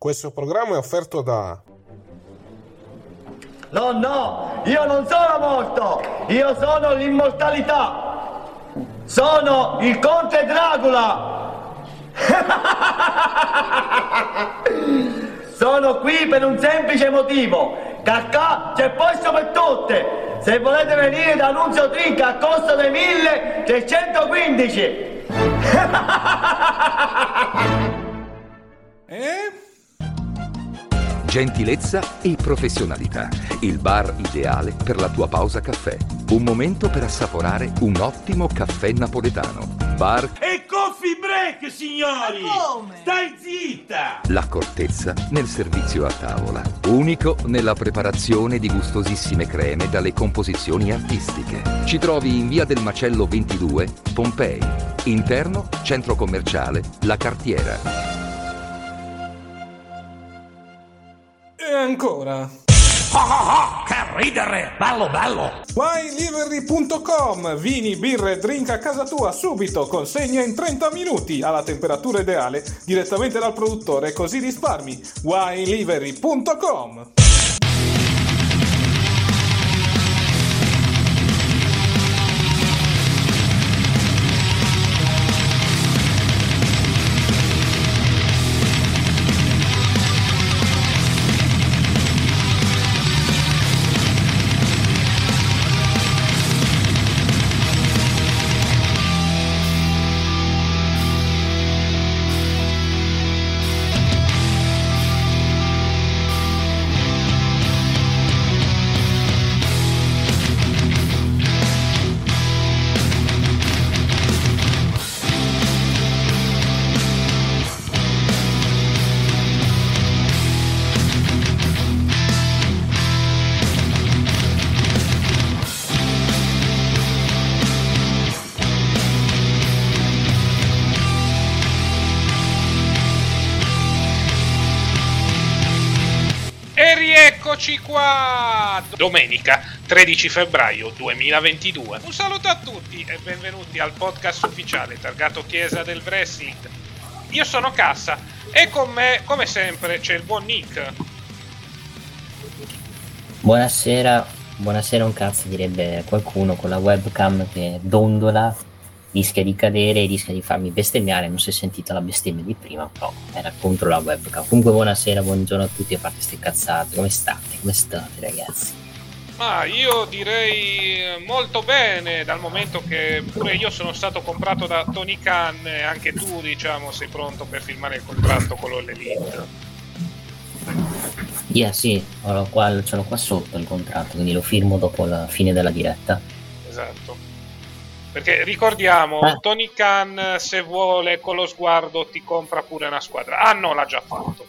Questo programma è offerto da... No, io non sono morto, io sono l'immortalità, sono il conte Dracula. Sono qui per un semplice motivo, Cacca c'è posto per tutte, se volete venire da Nunzio Trinca a costo dei 1315. Gentilezza e professionalità. Il bar ideale per la tua pausa caffè. Un momento per assaporare un ottimo caffè napoletano. Bar e coffee break, signori! Ma come? Stai zitta! L'accortezza nel servizio a tavola. Unico nella preparazione di gustosissime creme dalle composizioni artistiche. Ci trovi in via del Macello 22, Pompei. Interno, centro commerciale, La Cartiera. E ancora... Che ridere! Bello! WineLivery.com. Vini, birre e drink a casa tua subito, consegna in 30 minuti alla temperatura ideale direttamente dal produttore, così risparmi. WineLivery.com. Eccoci qua! Domenica 13 febbraio 2022. Un saluto a tutti e benvenuti al podcast ufficiale targato Chiesa del Wrestling. Io sono Cassa e con me, come sempre, c'è il buon Nick. Buonasera un cazzo, direbbe qualcuno con la webcam che dondola, rischia di cadere e rischia di farmi bestemmiare. Non si è sentita la bestemmia di prima, però era contro la webcam. Comunque buonasera, buongiorno a tutti, a parte ste cazzate. Come state ragazzi? Ma io direi molto bene, dal momento che pure io sono stato comprato da Tony Khan e anche tu, diciamo, sei pronto per firmare il contratto con l'Elite. Sì, ce l'ho qua sotto il contratto, quindi lo firmo dopo la fine della diretta. Esatto. Perché ricordiamo, Tony Khan, se vuole con lo sguardo ti compra pure una squadra. Ah no, l'ha già fatto.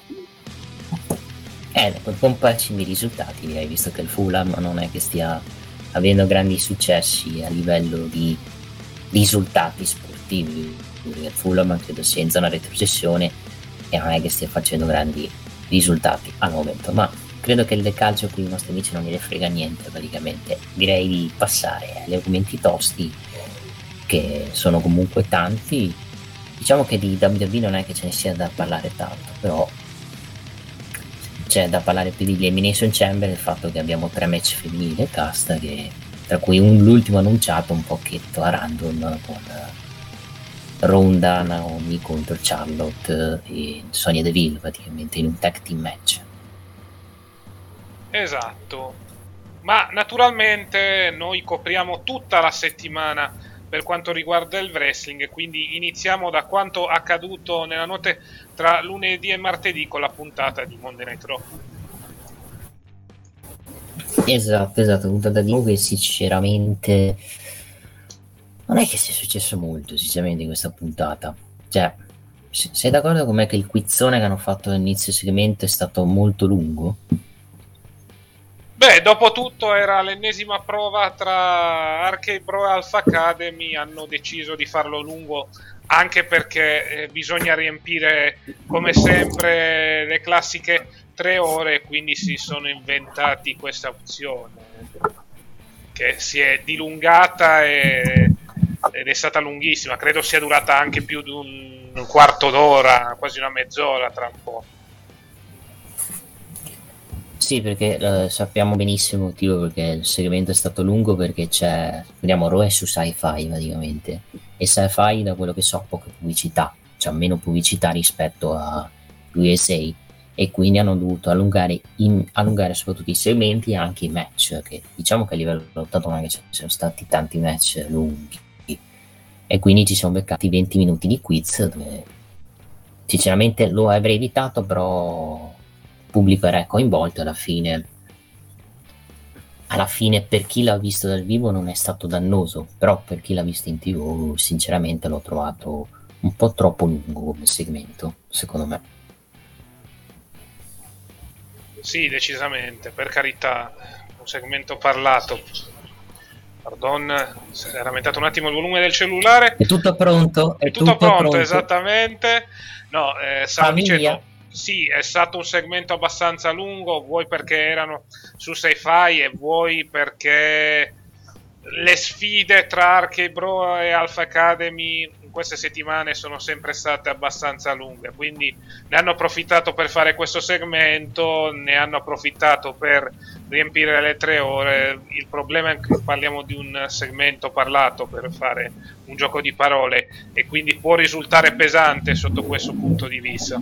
Con pessimi risultati, direi, visto che il Fulham non è che stia avendo grandi successi a livello di risultati sportivi. Il Fulham credo sia in zona retrocessione e non è che stia facendo grandi risultati al momento, ma credo che il calcio qui i nostri amici non gliene frega niente praticamente. Direi di passare agli argomenti tosti, che sono comunque tanti. Diciamo che di WWE non è che ce ne sia da parlare tanto, però c'è da parlare più di Elimination Chamber, il fatto che abbiamo 3 match femminili del cast, tra cui l'ultimo annunciato un pochetto a random con Ronda, Naomi contro Charlotte e Sonya Deville, praticamente in un tag team match. Esatto, ma naturalmente noi copriamo tutta la settimana per quanto riguarda il wrestling, quindi iniziamo da quanto accaduto nella notte tra lunedì e martedì con la puntata di Monday Night Raw. Esatto, puntata di nuovo, e sinceramente non è che sia successo molto sinceramente in questa puntata. Cioè, sei d'accordo con me che il quizzone che hanno fatto all'inizio segmento è stato molto lungo? Beh, dopo tutto era l'ennesima prova tra Arcade Pro e Alpha Academy, hanno deciso di farlo lungo anche perché bisogna riempire come sempre le classiche 3 ore, quindi si sono inventati questa opzione che si è dilungata ed è stata lunghissima, credo sia durata anche più di un quarto d'ora, quasi una mezz'ora tra un po'. Sì, perché sappiamo benissimo il motivo, perché il segmento è stato lungo, perché vediamo, Raw è su Sci-Fi praticamente, e Sci-Fi, da quello che so, ha poca pubblicità, cioè meno pubblicità rispetto a USA, e quindi hanno dovuto allungare soprattutto i segmenti e anche i match, che diciamo che a livello lottato non è che ci sono stati tanti match lunghi, e quindi ci siamo beccati 20 minuti di quiz, dove sinceramente lo avrei evitato, però il pubblico era coinvolto, alla fine per chi l'ha visto dal vivo non è stato dannoso, però per chi l'ha visto in TV sinceramente l'ho trovato un po' troppo lungo come segmento, secondo me. Sì, decisamente, per carità, un segmento parlato. Pardon, si era aumentato un attimo il volume del cellulare. È tutto pronto? È tutto pronto, esattamente. No, stavo Famiglia. dicendo, sì, è stato un segmento abbastanza lungo, vuoi perché erano su Sci-Fi e vuoi perché le sfide tra Arcade Bro e Alpha Academy in queste settimane sono sempre state abbastanza lunghe, quindi ne hanno approfittato per fare questo segmento, ne hanno approfittato per riempire le 3 ore. Il problema è che parliamo di un segmento parlato, per fare un gioco di parole, e quindi può risultare pesante sotto questo punto di vista.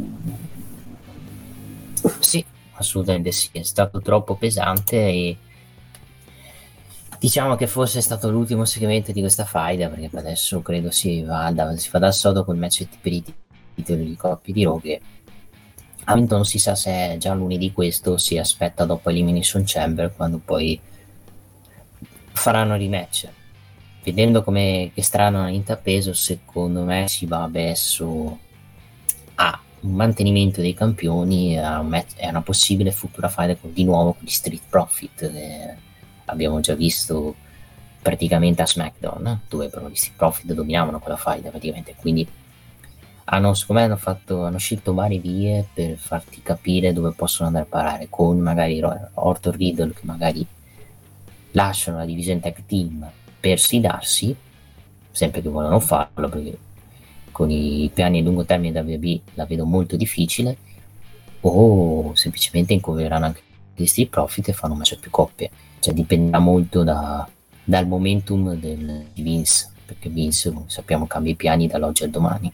Sì, assolutamente sì, è stato troppo pesante, e diciamo che forse è stato l'ultimo segmento di questa faida, perché per adesso credo si fa dal sodo col match per i titoli di coppia di Raw, che non si sa se è già lunedì questo, si aspetta dopo Elimination Chamber, quando poi faranno rematch. Vedendo come che strano l'interpeso, secondo me si va verso un mantenimento dei campioni, a una possibile futura faida di nuovo con gli Street Profit, che abbiamo già visto praticamente a SmackDown, dove però gli Street Profit dominavano quella faida praticamente, quindi secondo me hanno scelto varie vie per farti capire dove possono andare a parare, con magari Orton Riddle che magari lasciano la divisione tag team per sfidarsi, sempre che vogliono farlo, perché con i piani a lungo termine da WB la vedo molto difficile, o semplicemente incovereranno anche gli Street Profit e fanno un match più coppie. Cioè dipenderà molto dal momentum di Vince, perché Vince, come sappiamo, cambia i piani dall'oggi al domani.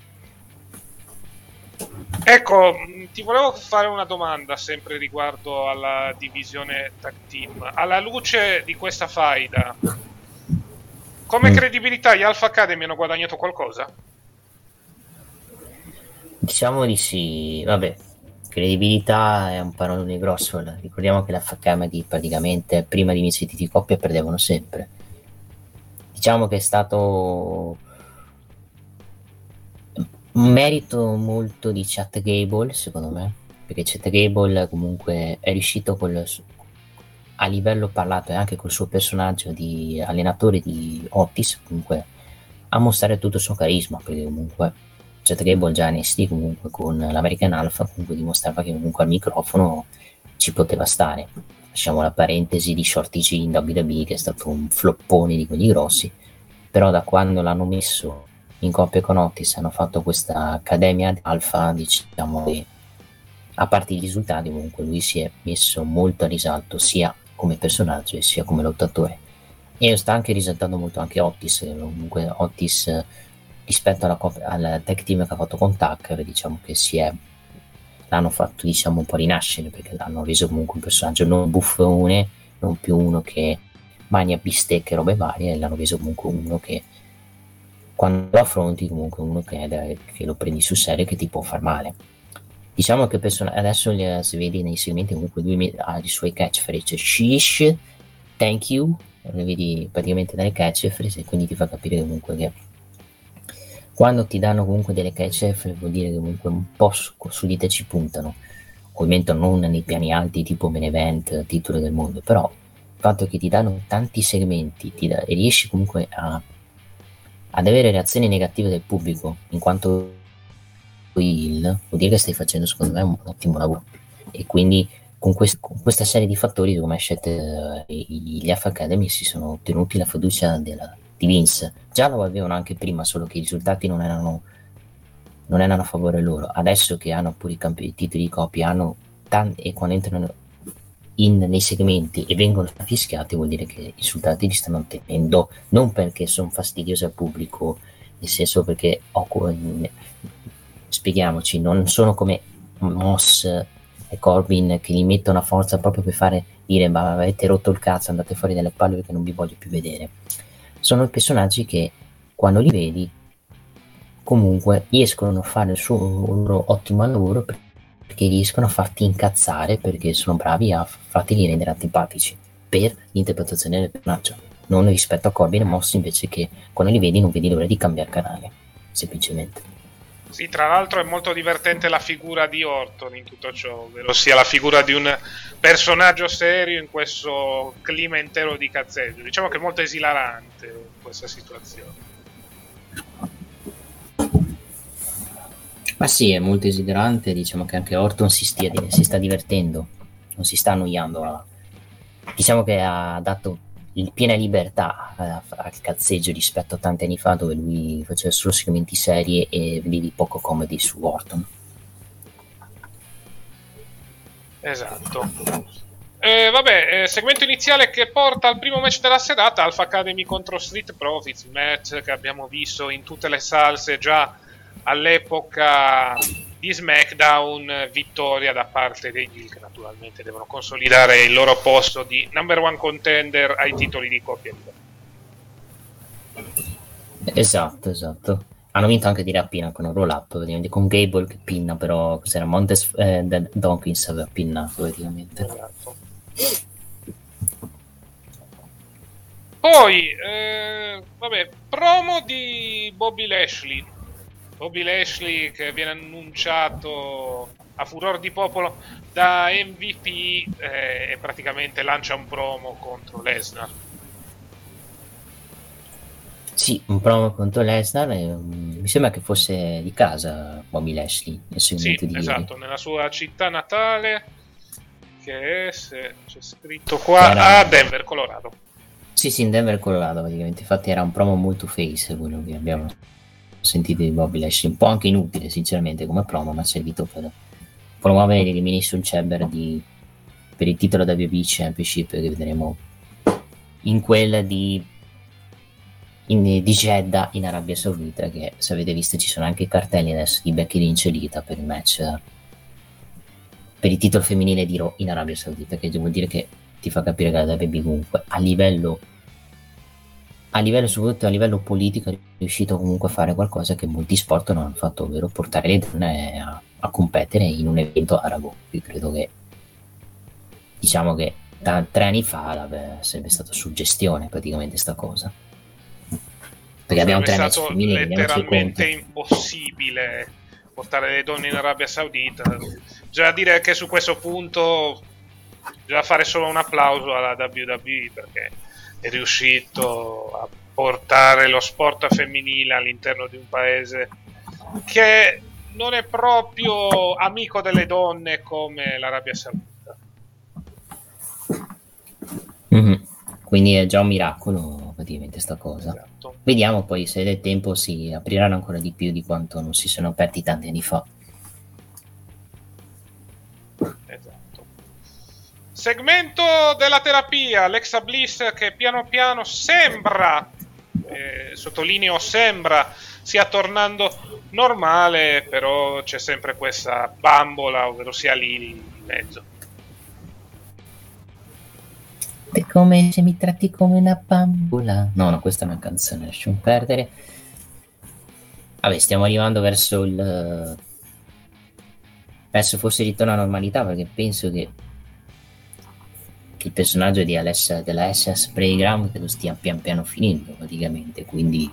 Ecco, ti volevo fare una domanda sempre riguardo alla divisione tag team. Alla luce di questa faida, come credibilità gli Alpha Academy hanno guadagnato qualcosa? Diciamo di sì. Vabbè, credibilità è un parolone grosso. Ricordiamo che l'Alpha Academy praticamente prima di inizi di coppia perdevano sempre. Diciamo che è stato un merito molto di Chad Gable, secondo me, perché Chad Gable comunque è riuscito a livello parlato e anche col suo personaggio di allenatore di Otis comunque a mostrare tutto il suo carisma, perché comunque Chad Gable già NXT comunque con l'American Alpha comunque dimostrava che comunque al microfono ci poteva stare. Lasciamo la parentesi di Shorty G in WWE, che è stato un floppone di quelli grossi, però da quando l'hanno messo in coppia con Otis hanno fatto questa accademia alfa, diciamo che a parte i risultati comunque lui si è messo molto a risalto sia come personaggio e sia come lottatore, e sta anche risaltando molto anche Otis. Comunque Otis rispetto al tag team che ha fatto con Tucker, diciamo che l'hanno fatto diciamo un po' rinascere, perché l'hanno reso comunque un personaggio non buffone, non più uno che mania bistecche e robe varie, e l'hanno reso comunque uno che quando lo affronti comunque uno che lo prendi sul serio, che ti può far male. Diciamo che adesso si vede nei segmenti comunque lui ha i suoi catchphrase, shish, thank you, le vedi praticamente dalle catchphrase, e quindi ti fa capire comunque che quando ti danno comunque delle catchphrase vuol dire che comunque un po' su di te ci puntano, ovviamente non nei piani alti tipo main event, titolo del mondo, però il fatto che ti danno tanti segmenti e riesci comunque ad avere reazioni negative del pubblico in quanto heel, vuol dire che stai facendo secondo me un ottimo lavoro, e quindi con questa serie di fattori come scelte gli Alpha Academy si sono ottenuti la fiducia di Vince. Già lo avevano anche prima, solo che i risultati non erano a favore loro. Adesso che hanno pure i titoli di coppia, e quando entrano nei segmenti e vengono fischiati, vuol dire che i risultati li stanno ottenendo, non perché sono fastidiosi al pubblico, nel senso perché spieghiamoci, non sono come Moss e Corbin che gli mettono a forza proprio per fare dire ma avete rotto il cazzo, andate fuori dalle palle perché non vi voglio più vedere. Sono personaggi che quando li vedi comunque riescono a fare il loro ottimo lavoro perché riescono a farti incazzare, perché sono bravi a farti rendere antipatici per l'interpretazione del personaggio, non rispetto a Corbin e Moss invece che quando li vedi non vedi l'ora di cambiare canale, semplicemente. Sì, tra l'altro è molto divertente la figura di Orton in tutto ciò, ovvero sia la figura di un personaggio serio in questo clima intero di cazzeggio. Diciamo che è molto esilarante questa situazione. Ma sì, è molto esilarante, diciamo che anche Orton si sta divertendo, non si sta annoiando. Diciamo che ha dato piena libertà al cazzeggio rispetto a tanti anni fa dove lui faceva solo segmenti serie e vedevi poco comedy su Orton. Esatto. Segmento iniziale che porta al primo match della serata, Alpha Academy contro Street Profits, match che abbiamo visto in tutte le salse già all'epoca di SmackDown, vittoria da parte dei Heel che naturalmente devono consolidare il loro posto di number one contender ai titoli di coppia. Esatto. Hanno vinto anche di rapina con un roll up, praticamente con Gable che pinna, però cos'era Montes Dawkins aveva pinnato praticamente. Esatto. Poi promo di Bobby Lashley che viene annunciato a furor di popolo da MVP e praticamente lancia un promo contro Lesnar. Sì, un promo contro Lesnar, mi sembra che fosse di casa Bobby Lashley nel segmento di esatto, ieri. nella sua città natale, che è, se c'è scritto qua, a Denver, Colorado. Sì, in Denver, Colorado praticamente, infatti era un promo molto face quello che abbiamo sentito di Bobby Lashley, un po' anche inutile sinceramente come promo, ma è servito per promuovere l'Elimination Chamber per il titolo WWE Championship che vedremo in quella di Jeddah in Arabia Saudita, che se avete visto ci sono anche i cartelli adesso di Becky Lynch e Lita per il match per il titolo femminile di Raw in Arabia Saudita, che vuol dire che ti fa capire che la WWE comunque a livello soprattutto a livello politico è riuscito comunque a fare qualcosa che molti sport non hanno fatto, ovvero portare le donne a competere in un evento arabo. Io credo che diciamo che da 3 anni fa sarebbe stata suggestione praticamente sta cosa, perché abbiamo 3 match femminili, letteralmente impossibile portare le donne in Arabia Saudita. Già dire che su questo punto bisogna fare solo un applauso alla WWE, perché è riuscito a portare lo sport femminile all'interno di un paese che non è proprio amico delle donne come l'Arabia Saudita. Mm-hmm. Quindi è già un miracolo praticamente sta cosa. Esatto. Vediamo poi se del tempo si apriranno ancora di più di quanto non si sono aperti tanti anni fa. Esatto. Segmento della terapia, Alexa Bliss che piano piano sembra, sottolineo sembra, stia tornando normale, però c'è sempre questa bambola, ovvero sia lì in mezzo. È come se mi tratti come una bambola. No, questa è una canzone, lasciamo perdere. Vabbè, stiamo arrivando verso forse il ritorno alla normalità, perché penso che il personaggio della SS Playground lo stia pian piano finendo praticamente, quindi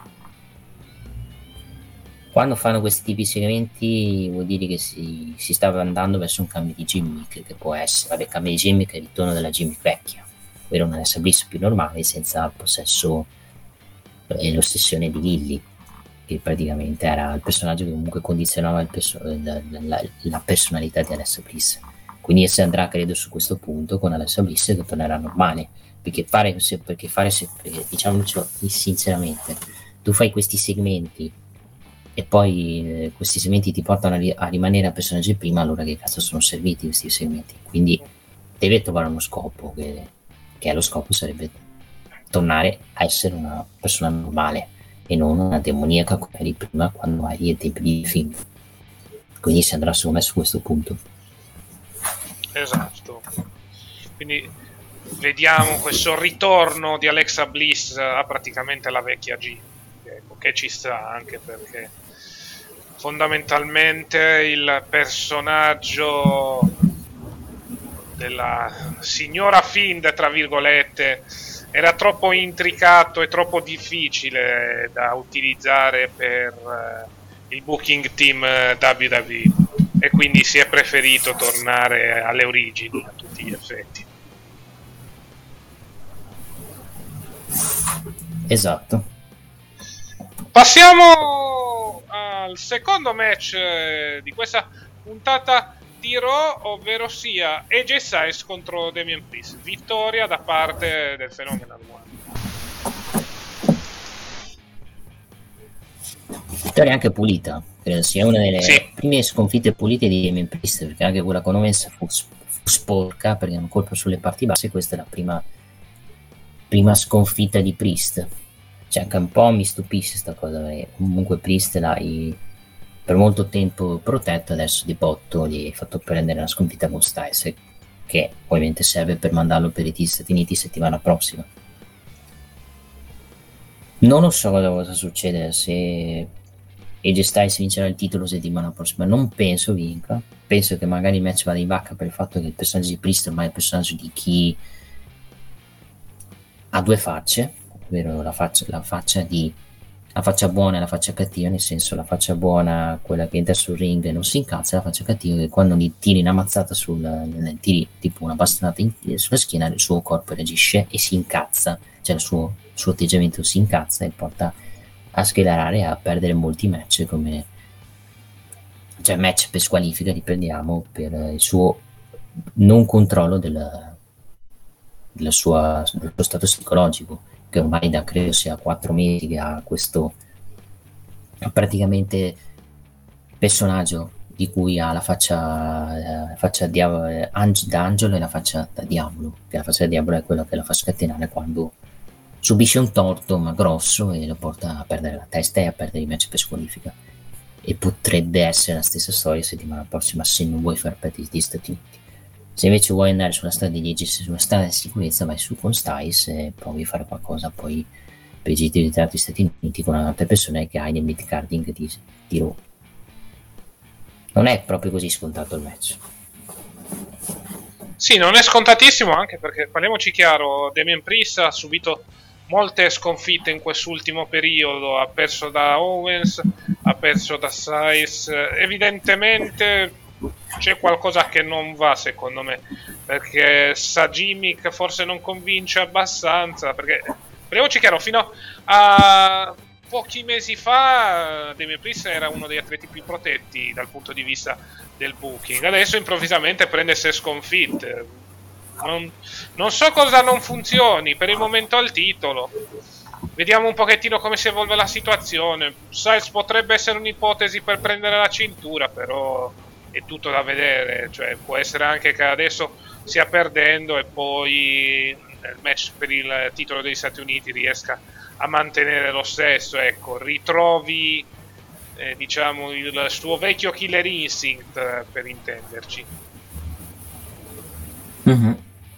quando fanno questi tipi di segmenti vuol dire che si stava andando verso un cambio di gimmick, che può essere, cambio di gimmick e il ritorno della gimmick vecchia, ovvero una Alexa Bliss più normale senza il possesso e l'ossessione di Lilly, che praticamente era il personaggio che comunque condizionava la personalità di Alexa Bliss. Quindi si andrà, credo, su questo punto con Alexa Bliss che tornerà normale, perché diciamocelo sinceramente, tu fai questi segmenti e poi questi segmenti ti portano a rimanere a personaggi prima, allora che cazzo sono serviti questi segmenti? Quindi deve trovare uno scopo, che lo scopo sarebbe tornare a essere una persona normale e non una demoniaca come eri prima quando eri ai tempi di film. Quindi si andrà secondo me su questo punto. Esatto. Quindi vediamo questo ritorno di Alexa Bliss a praticamente la vecchia G, che ci sta, anche perché fondamentalmente il personaggio della signora Find, tra virgolette, era troppo intricato e troppo difficile da utilizzare per il booking team WWE, e quindi si è preferito tornare alle origini a tutti gli effetti. Esatto. Passiamo al secondo match di questa puntata di Raw, ovvero sia AJ Styles contro Damian Priest. Vittoria da parte del Phenomenal One. Vittoria anche pulita, credo sia una delle prime sconfitte pulite di Damian Priest, perché anche quella con Owens fu sporca perché un colpo sulle parti basse. Questa è la prima sconfitta di Priest. Cioè, anche un po' mi stupisce sta cosa, perché comunque Priest l'hai per molto tempo protetto, adesso di botto gli hai fatto prendere una sconfitta con Styles, che ovviamente serve per mandarlo per i Stati Uniti settimana prossima. Non lo so cosa succede se AJ Styles vincerà il titolo settimana prossima. Non penso vinca, penso che magari il match vada in vacca per il fatto che il personaggio di Priest ormai è il personaggio di chi ha due facce, ovvero la faccia buona e la faccia cattiva, nel senso la faccia buona, quella che entra sul ring e non si incazza, la faccia cattiva che quando gli tiri una mazzata tiri tipo una bastonata sulla schiena, il suo corpo reagisce e si incazza, cioè il suo atteggiamento si incazza e porta a schilarare e a perdere molti match, come cioè match per squalifica, riprendiamo, per il suo non controllo del suo stato psicologico, che ormai da credo sia 4 mesi che ha questo praticamente personaggio di cui ha la faccia da angelo e la faccia da diavolo, che la faccia da diavolo è quella che la fa scatenare quando subisce un torto ma grosso e lo porta a perdere la testa e a perdere i match per squalifica. E potrebbe essere la stessa storia settimana prossima se non vuoi far parte degli Stati Uniti. Se invece vuoi andare sulla strada di legge, sulla strada di sicurezza, vai su con Styles e provi a fare qualcosa poi per i giri degli Stati Uniti con altre persone che hai nel mid-carding di Raw. Non è proprio così scontato il match. Sì, non è scontatissimo, anche perché, parliamoci chiaro, Damian Priest ha subito molte sconfitte in quest'ultimo periodo, ha perso da Owens, ha perso da Styles, evidentemente c'è qualcosa che non va, secondo me, perché Sajimic forse non convince abbastanza, perché parliamoci chiaro, fino a pochi mesi fa Damian Priest era uno degli atleti più protetti dal punto di vista del booking, adesso improvvisamente prende 6 sconfitte, non so cosa non funzioni, per il momento al titolo, vediamo un pochettino come si evolve la situazione. Styles potrebbe essere un'ipotesi per prendere la cintura, però è tutto da vedere, cioè può essere anche che adesso stia perdendo e poi nel match per il titolo degli Stati Uniti riesca a mantenere lo stesso, ecco, ritrovi diciamo il suo vecchio killer instinct, per intenderci. Mm-hmm.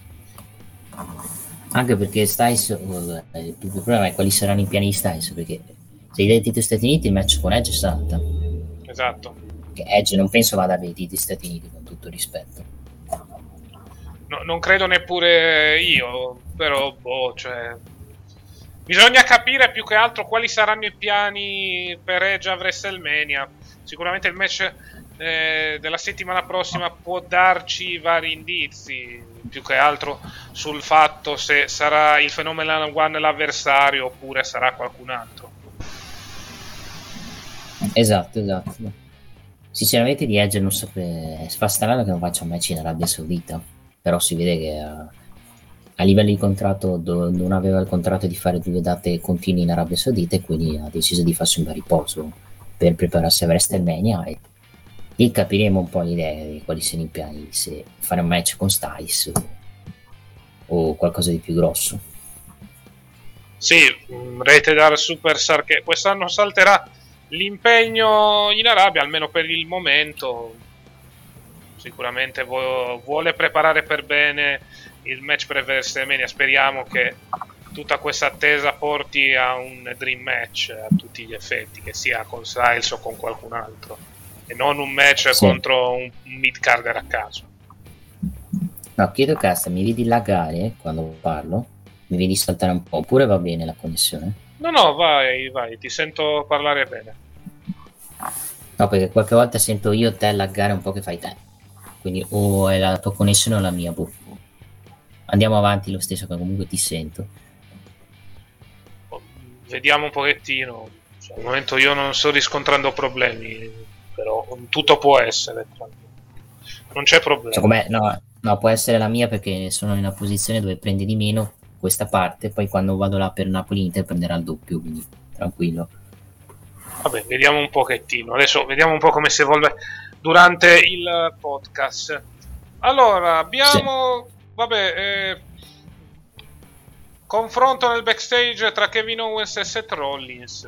Anche perché Styles, il problema è quali saranno i piani di Styles, perché se gli dai titoli Stati Uniti il match con Edge salta. Esatto. Che Edge non penso vada a dei titoli Stati Uniti, con tutto rispetto. No, non credo neppure io, però cioè bisogna capire più che altro quali saranno i piani per Edge a WrestleMania. Sicuramente il match della settimana prossima può darci vari indizi, più che altro sul fatto se sarà il Phenomenal One l'avversario oppure sarà qualcun altro. Esatto. Sinceramente di Edge non saprei, fa strano che non faccia un match in Arabia Saudita, però si vede che a livello di contratto non aveva il contratto di fare 2 date continue in Arabia Saudita e quindi ha deciso di farsi un bel riposo per prepararsi a WrestleMania e capiremo un po' l'idea di quali siano i piani, se fare un match con Styles o qualcosa di più grosso. Sì, Retedar Superstar che quest'anno salterà l'impegno in Arabia, almeno per il momento. Sicuramente vuole preparare per bene il match per WrestleMania. Speriamo che tutta questa attesa porti a un dream match a tutti gli effetti, che sia con Styles o con qualcun altro, e non un match contro un mid-carder a caso. No, chiedo casta, mi vedi laggare quando parlo? Mi vedi saltare un po', oppure va bene la connessione? No, vai, ti sento parlare bene. No, perché qualche volta sento io te laggare un po' che fai te. Quindi o è la tua connessione o la mia, boh. Andiamo avanti lo stesso, che comunque ti sento. Vediamo un pochettino. Al momento io non sto riscontrando problemi, però tutto può essere. Non c'è problema. Cioè, no, può essere la mia perché sono in una posizione dove prende di meno questa parte, poi quando vado là per Napoli-Inter prenderà il doppio, quindi tranquillo. Vabbè, vediamo un pochettino. Adesso vediamo un po' come si evolve durante il podcast. Allora, abbiamo... Sì. Vabbè, confronto nel backstage tra Kevin Owens e Seth Rollins.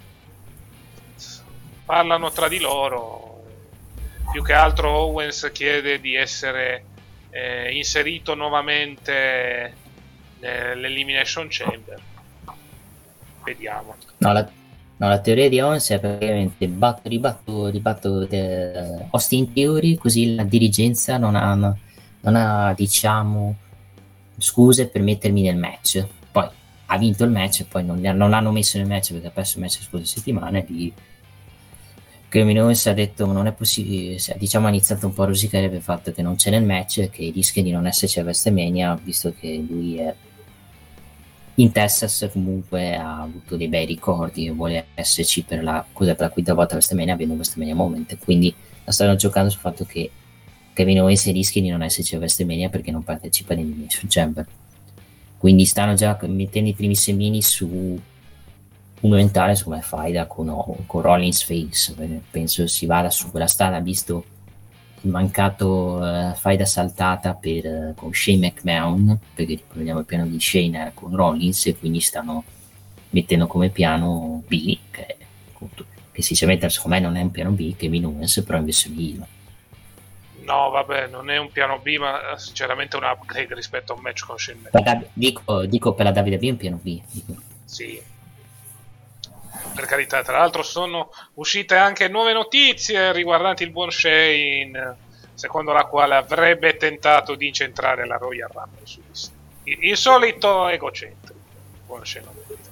Parlano tra di loro. Più che altro Owens chiede di essere inserito nuovamente nell'Elimination Chamber. Vediamo. La teoria di Owens è praticamente ribatto Austin Theory, così la dirigenza non ha diciamo scuse per mettermi nel match. Poi ha vinto il match, poi non l'hanno messo nel match perché ha perso il match le scorse settimane. Kevin Owens ha detto non è possibile, diciamo ha iniziato un po' a rosicare per il fatto che non c'è nel match, che rischia di non esserci a WrestleMania, visto che lui è in Texas, comunque ha avuto dei bei ricordi e vuole esserci per la quinta volta a WrestleMania, avendo WrestleMania Moment. Quindi la stanno giocando sul fatto che Kevin Owens rischia di non esserci a WrestleMania perché non partecipa all'Elimination Chamber. Quindi stanno già mettendo i primi semini su un eventuale come faida con Rollins Face. Penso si vada su quella strada, visto il mancato faida saltata con Shane McMahon, perché ricordiamo il piano di Shane era con Rollins, e quindi stanno mettendo come piano B, che sinceramente secondo me non è un piano B, Kevin Owens, però invece di no, vabbè, non è un piano B, ma sinceramente un upgrade rispetto a un match con Shane McMahon. Dico per la WWE è un piano B. Sì, per carità. Tra l'altro sono uscite anche nuove notizie riguardanti il buon Shane, secondo la quale avrebbe tentato di incentrare la Royal Rumble su di sé. Il solito egocentrico, buon Shane.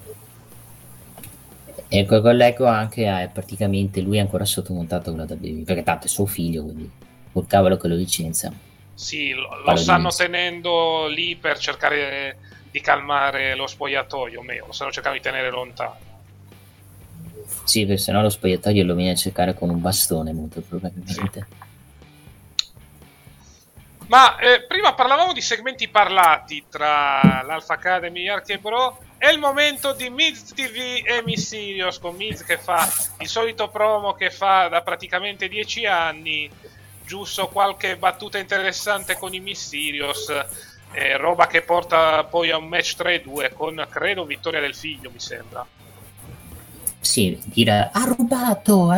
E quel collego anche è praticamente lui è ancora sottomontato con la WWE, perché tanto è suo figlio, quindi col cavolo che lo licenzia. Sì, lo stanno tenendo lì per cercare di calmare lo spogliatoio, o meglio, lo stanno cercando di tenere lontano. Sì, perché sennò lo spogliatoio lo viene a cercare con un bastone, molto probabilmente. Sì. Ma prima parlavamo di segmenti parlati tra l'Alpha Academy e Arche Bro. È il momento di Miz TV e Mysterios, con Miz che fa il solito promo che fa da praticamente 10 anni, giusto qualche battuta interessante con i Mysterios, roba che porta poi a un match 3-2 con, credo, vittoria del figlio, mi sembra. Sì, dire ha rubato,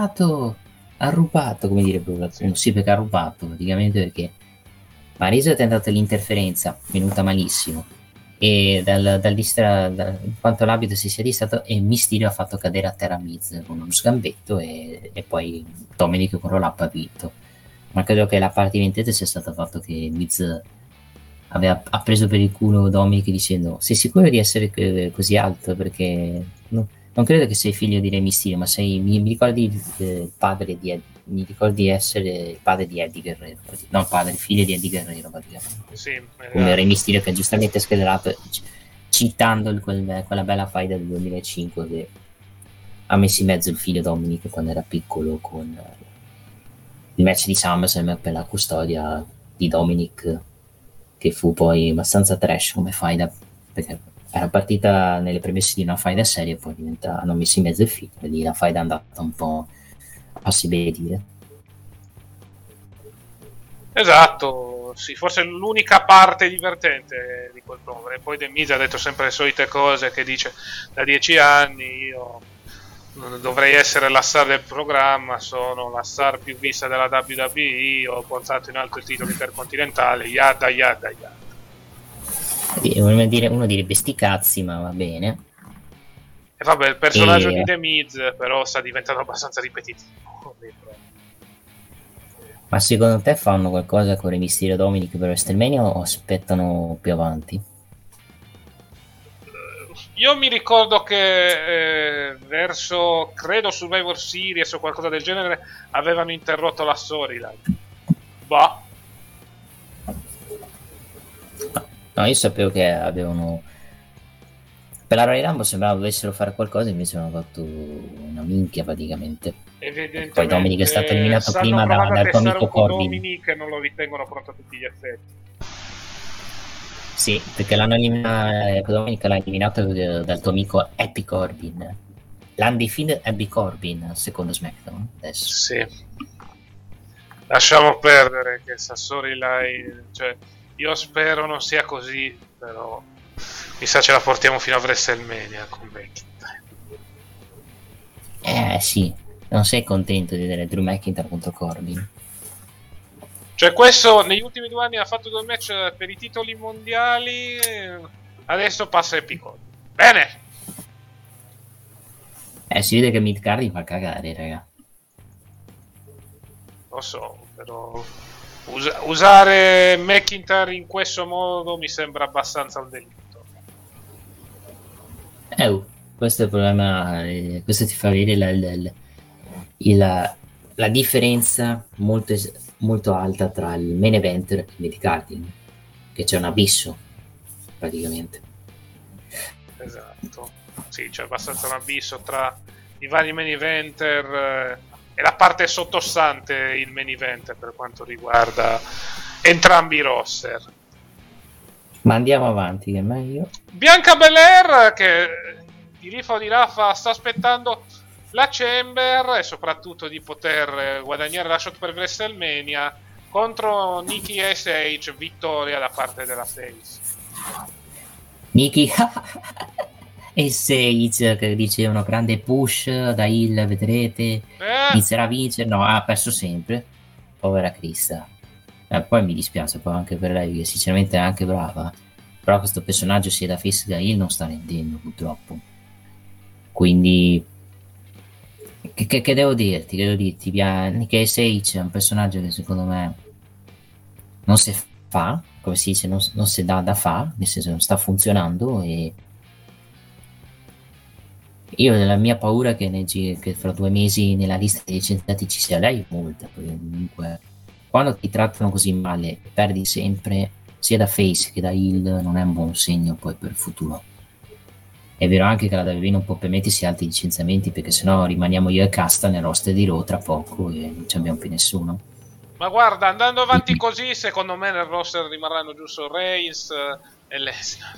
come direbbe sì, perché ha rubato praticamente, perché Marisa ha tentato l'interferenza, venuta malissimo, e in quanto l'abito si sia distratto, e Mysterio ha fatto cadere a terra Miz con uno sgambetto, e poi Dominic con roll-up ha vinto. Ma credo che la parte divertente sia stato il fatto che Miz ha preso per il culo Dominic dicendo sei sicuro di essere così alto, perché non credo che sei figlio di Re Mysterio, ma mi ricordi il padre mi ricordi essere il padre di Eddie Guerrero, no, figlio di Eddie Guerrero praticamente. Sì, come Re Mysterio, che giustamente è schedato citando quella bella faida del 2005 che ha messo in mezzo il figlio Dominic quando era piccolo, con il match di SummerSlam per la custodia di Dominic, che fu poi abbastanza trash come faida, perché era partita nelle premesse di una faida seria e poi hanno messo in mezzo il figlio, e lì la faida è andata un po' a si dire. Esatto, sì, forse l'unica parte divertente di quel promo. E poi The Miz ha detto sempre le solite cose, che dice: da 10 anni io dovrei essere la star del programma, sono la star più vista della WWE, ho portato in alto il titolo intercontinentale, yada yada yada. Uno direbbe sti cazzi, ma va bene. E vabbè, il personaggio di The Miz però sta diventando abbastanza ripetitivo. Ma secondo te fanno qualcosa con Re Mysterio Dominic per WrestleMania o aspettano più avanti? Io mi ricordo che verso, credo, Survivor Series o qualcosa del genere avevano interrotto la storyline. Bah. No, io sapevo che avevano... Per la Royal Rumble sembrava dovessero fare qualcosa, invece hanno fatto una minchia praticamente. Evidentemente. Poi Dominic è stato eliminato prima dal tuo amico Corbin. Dominic e non lo ritengono pronto a tutti gli effetti. Sì, perché Dominic l'ha eliminato dal tuo amico Happy Corbin. L'undefeated Happy Corbin, secondo SmackDown adesso. Sì. Lasciamo perdere che sta storyline, cioè, io spero non sia così, però mi sa ce la portiamo fino a WrestleMania con McIntyre. Sì, non sei contento di vedere Drew McIntyre contro Corbin? Cioè, questo negli ultimi 2 anni ha fatto 2 match per i titoli mondiali, adesso passa Happy Corbin. Bene! Si vede che Midcard fa cagare, raga. Lo so, però usare McIntyre in questo modo mi sembra abbastanza un delitto. Questo è il problema, questo ti fa vedere la differenza molto alta tra il main event e il mid-carding, che c'è un abisso praticamente. Esatto, sì, c'è abbastanza un abisso tra i vari main eventer e la parte sottostante il main event per quanto riguarda entrambi i roster. Ma andiamo avanti, che è meglio. Bianca Belair, che di Rifa o di Rafa sta aspettando la Chamber e soprattutto di poter guadagnare la shot per WrestleMania contro Nikki S.H. vittoria da parte della Face. Nikki S.H. che dicevano grande push da heel, vedrete, inizierà a vincere. No, ha perso sempre, povera Crista. Poi mi dispiace poi anche per lei, che sinceramente è anche brava, però questo personaggio sia da face che da heel non sta rendendo purtroppo. Quindi che devo dirti? Nick S.H. è un personaggio che secondo me non si fa, come si dice, non si dà da fa, nel senso non sta funzionando, e io la mia paura è che fra 2 mesi nella lista dei licenziati ci sia lei molta, perché comunque quando ti trattano così male e perdi sempre sia da face che da heel non è un buon segno poi per il futuro. È vero anche che la WWE non può permettersi altri licenziamenti, perché sennò rimaniamo io e Casta nel roster di Raw tra poco e non ci abbiamo più nessuno. Ma guarda, andando avanti così, secondo me nel roster rimarranno giusto Reigns e Lesnar.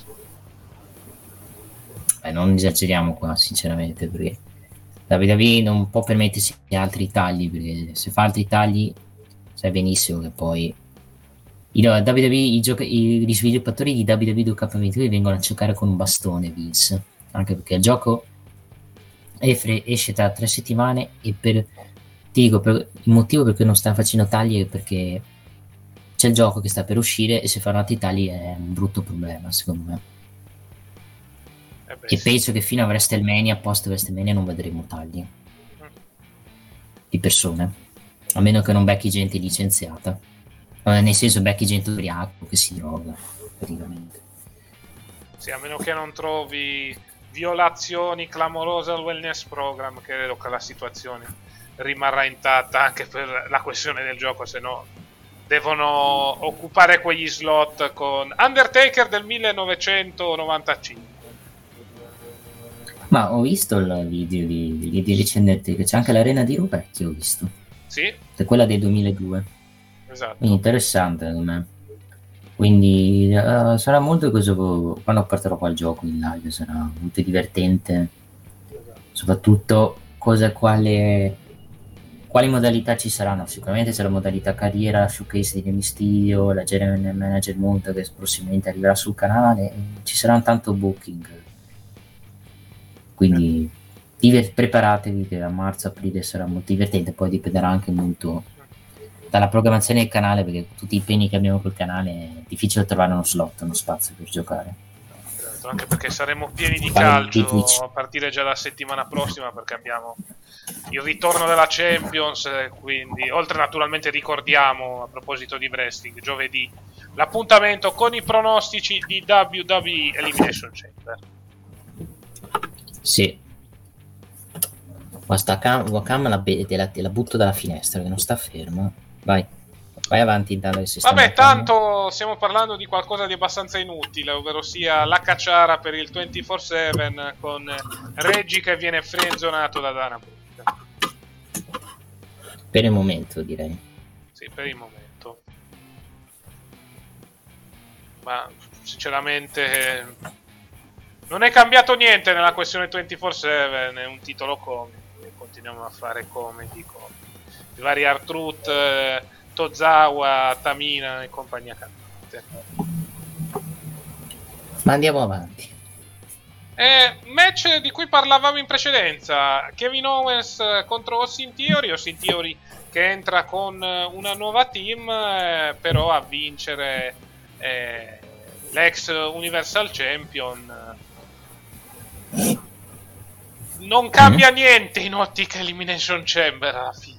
Non esageriamo qua, sinceramente, perché la WWE non può permettersi altri tagli, perché se fa altri tagli sai benissimo che poi gli sviluppatori di WWE 2K22 vengono a giocare con un bastone, Vince, anche perché il gioco esce tra 3 settimane e ti dico il motivo per cui non stanno facendo tagli è perché c'è il gioco che sta per uscire e se fanno altri tagli è un brutto problema, secondo me. E penso che fino a WrestleMania, post WrestleMania, non vedremo tagli di persone, a meno che non becchi gente licenziata, nel senso becchi gente ubriaco che si droga praticamente. Sì, a meno che non trovi violazioni clamorose al wellness program, credo che la situazione rimarrà intatta anche per la questione del gioco, se no devono occupare quegli slot con Undertaker del 1995. Ma ho visto il video di recente, che c'è anche l'arena di Rubecchio, ho visto. Sì. È quella del 2002. Esatto. Quindi interessante secondo me. Quindi sarà molto cosa quando porterò qua il gioco in live, sarà molto divertente. Soprattutto quale Quali modalità ci saranno? Sicuramente c'è la modalità carriera, la showcase di Mysterio, la General Manager Monta che prossimamente arriverà sul canale, ci saranno tanto booking, quindi preparatevi che a marzo-aprile sarà molto divertente, poi dipenderà anche molto dalla programmazione del canale, perché tutti i impegni che abbiamo col canale è difficile trovare uno slot, uno spazio per giocare. Anche perché saremo pieni di calcio a partire già dalla settimana prossima, perché abbiamo il ritorno della Champions, quindi oltre naturalmente ricordiamo, a proposito di wrestling, giovedì l'appuntamento con i pronostici di WWE Elimination Chamber. Sì, ma sta Wakam la butto dalla finestra che non sta ferma. Vai avanti. Vabbè, tanto stiamo parlando di qualcosa di abbastanza inutile, ovvero sia la cacciara per il 24/7 con Reggie che viene frenzonato da Dana Brooke. Per il momento, direi. Sì, per il momento. Ma sinceramente non è cambiato niente nella questione 24/7, è un titolo comico, continuiamo a fare comedy con i vari R-Truth, Tozawa, Tamina e compagnia cantante. Ma andiamo avanti. Match di cui parlavamo in precedenza, Kevin Owens contro Austin Theory che entra con una nuova team, però a vincere l'ex Universal Champion. Non cambia niente in ottica Elimination Chamber alla fine.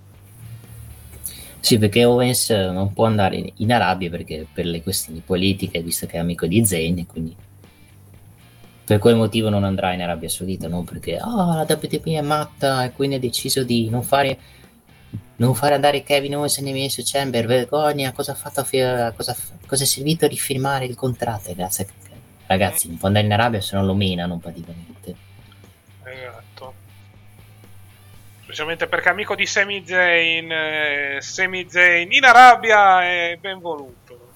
Sì, perché Owens non può andare in Arabia perché per le questioni politiche, visto che è amico di Zayn, quindi per quel motivo non andrà in Arabia Saudita, non perché la WTP è matta e quindi ha deciso di non fare andare Kevin Owens nell'Elimination Chamber. Vergogna, cosa ha fatto? Cosa è servito a rifirmare il contratto? Ragazzi, non può andare in Arabia se non lo menano praticamente. Esatto. Specialmente perché amico di Sami Zayn in Arabia è ben voluto.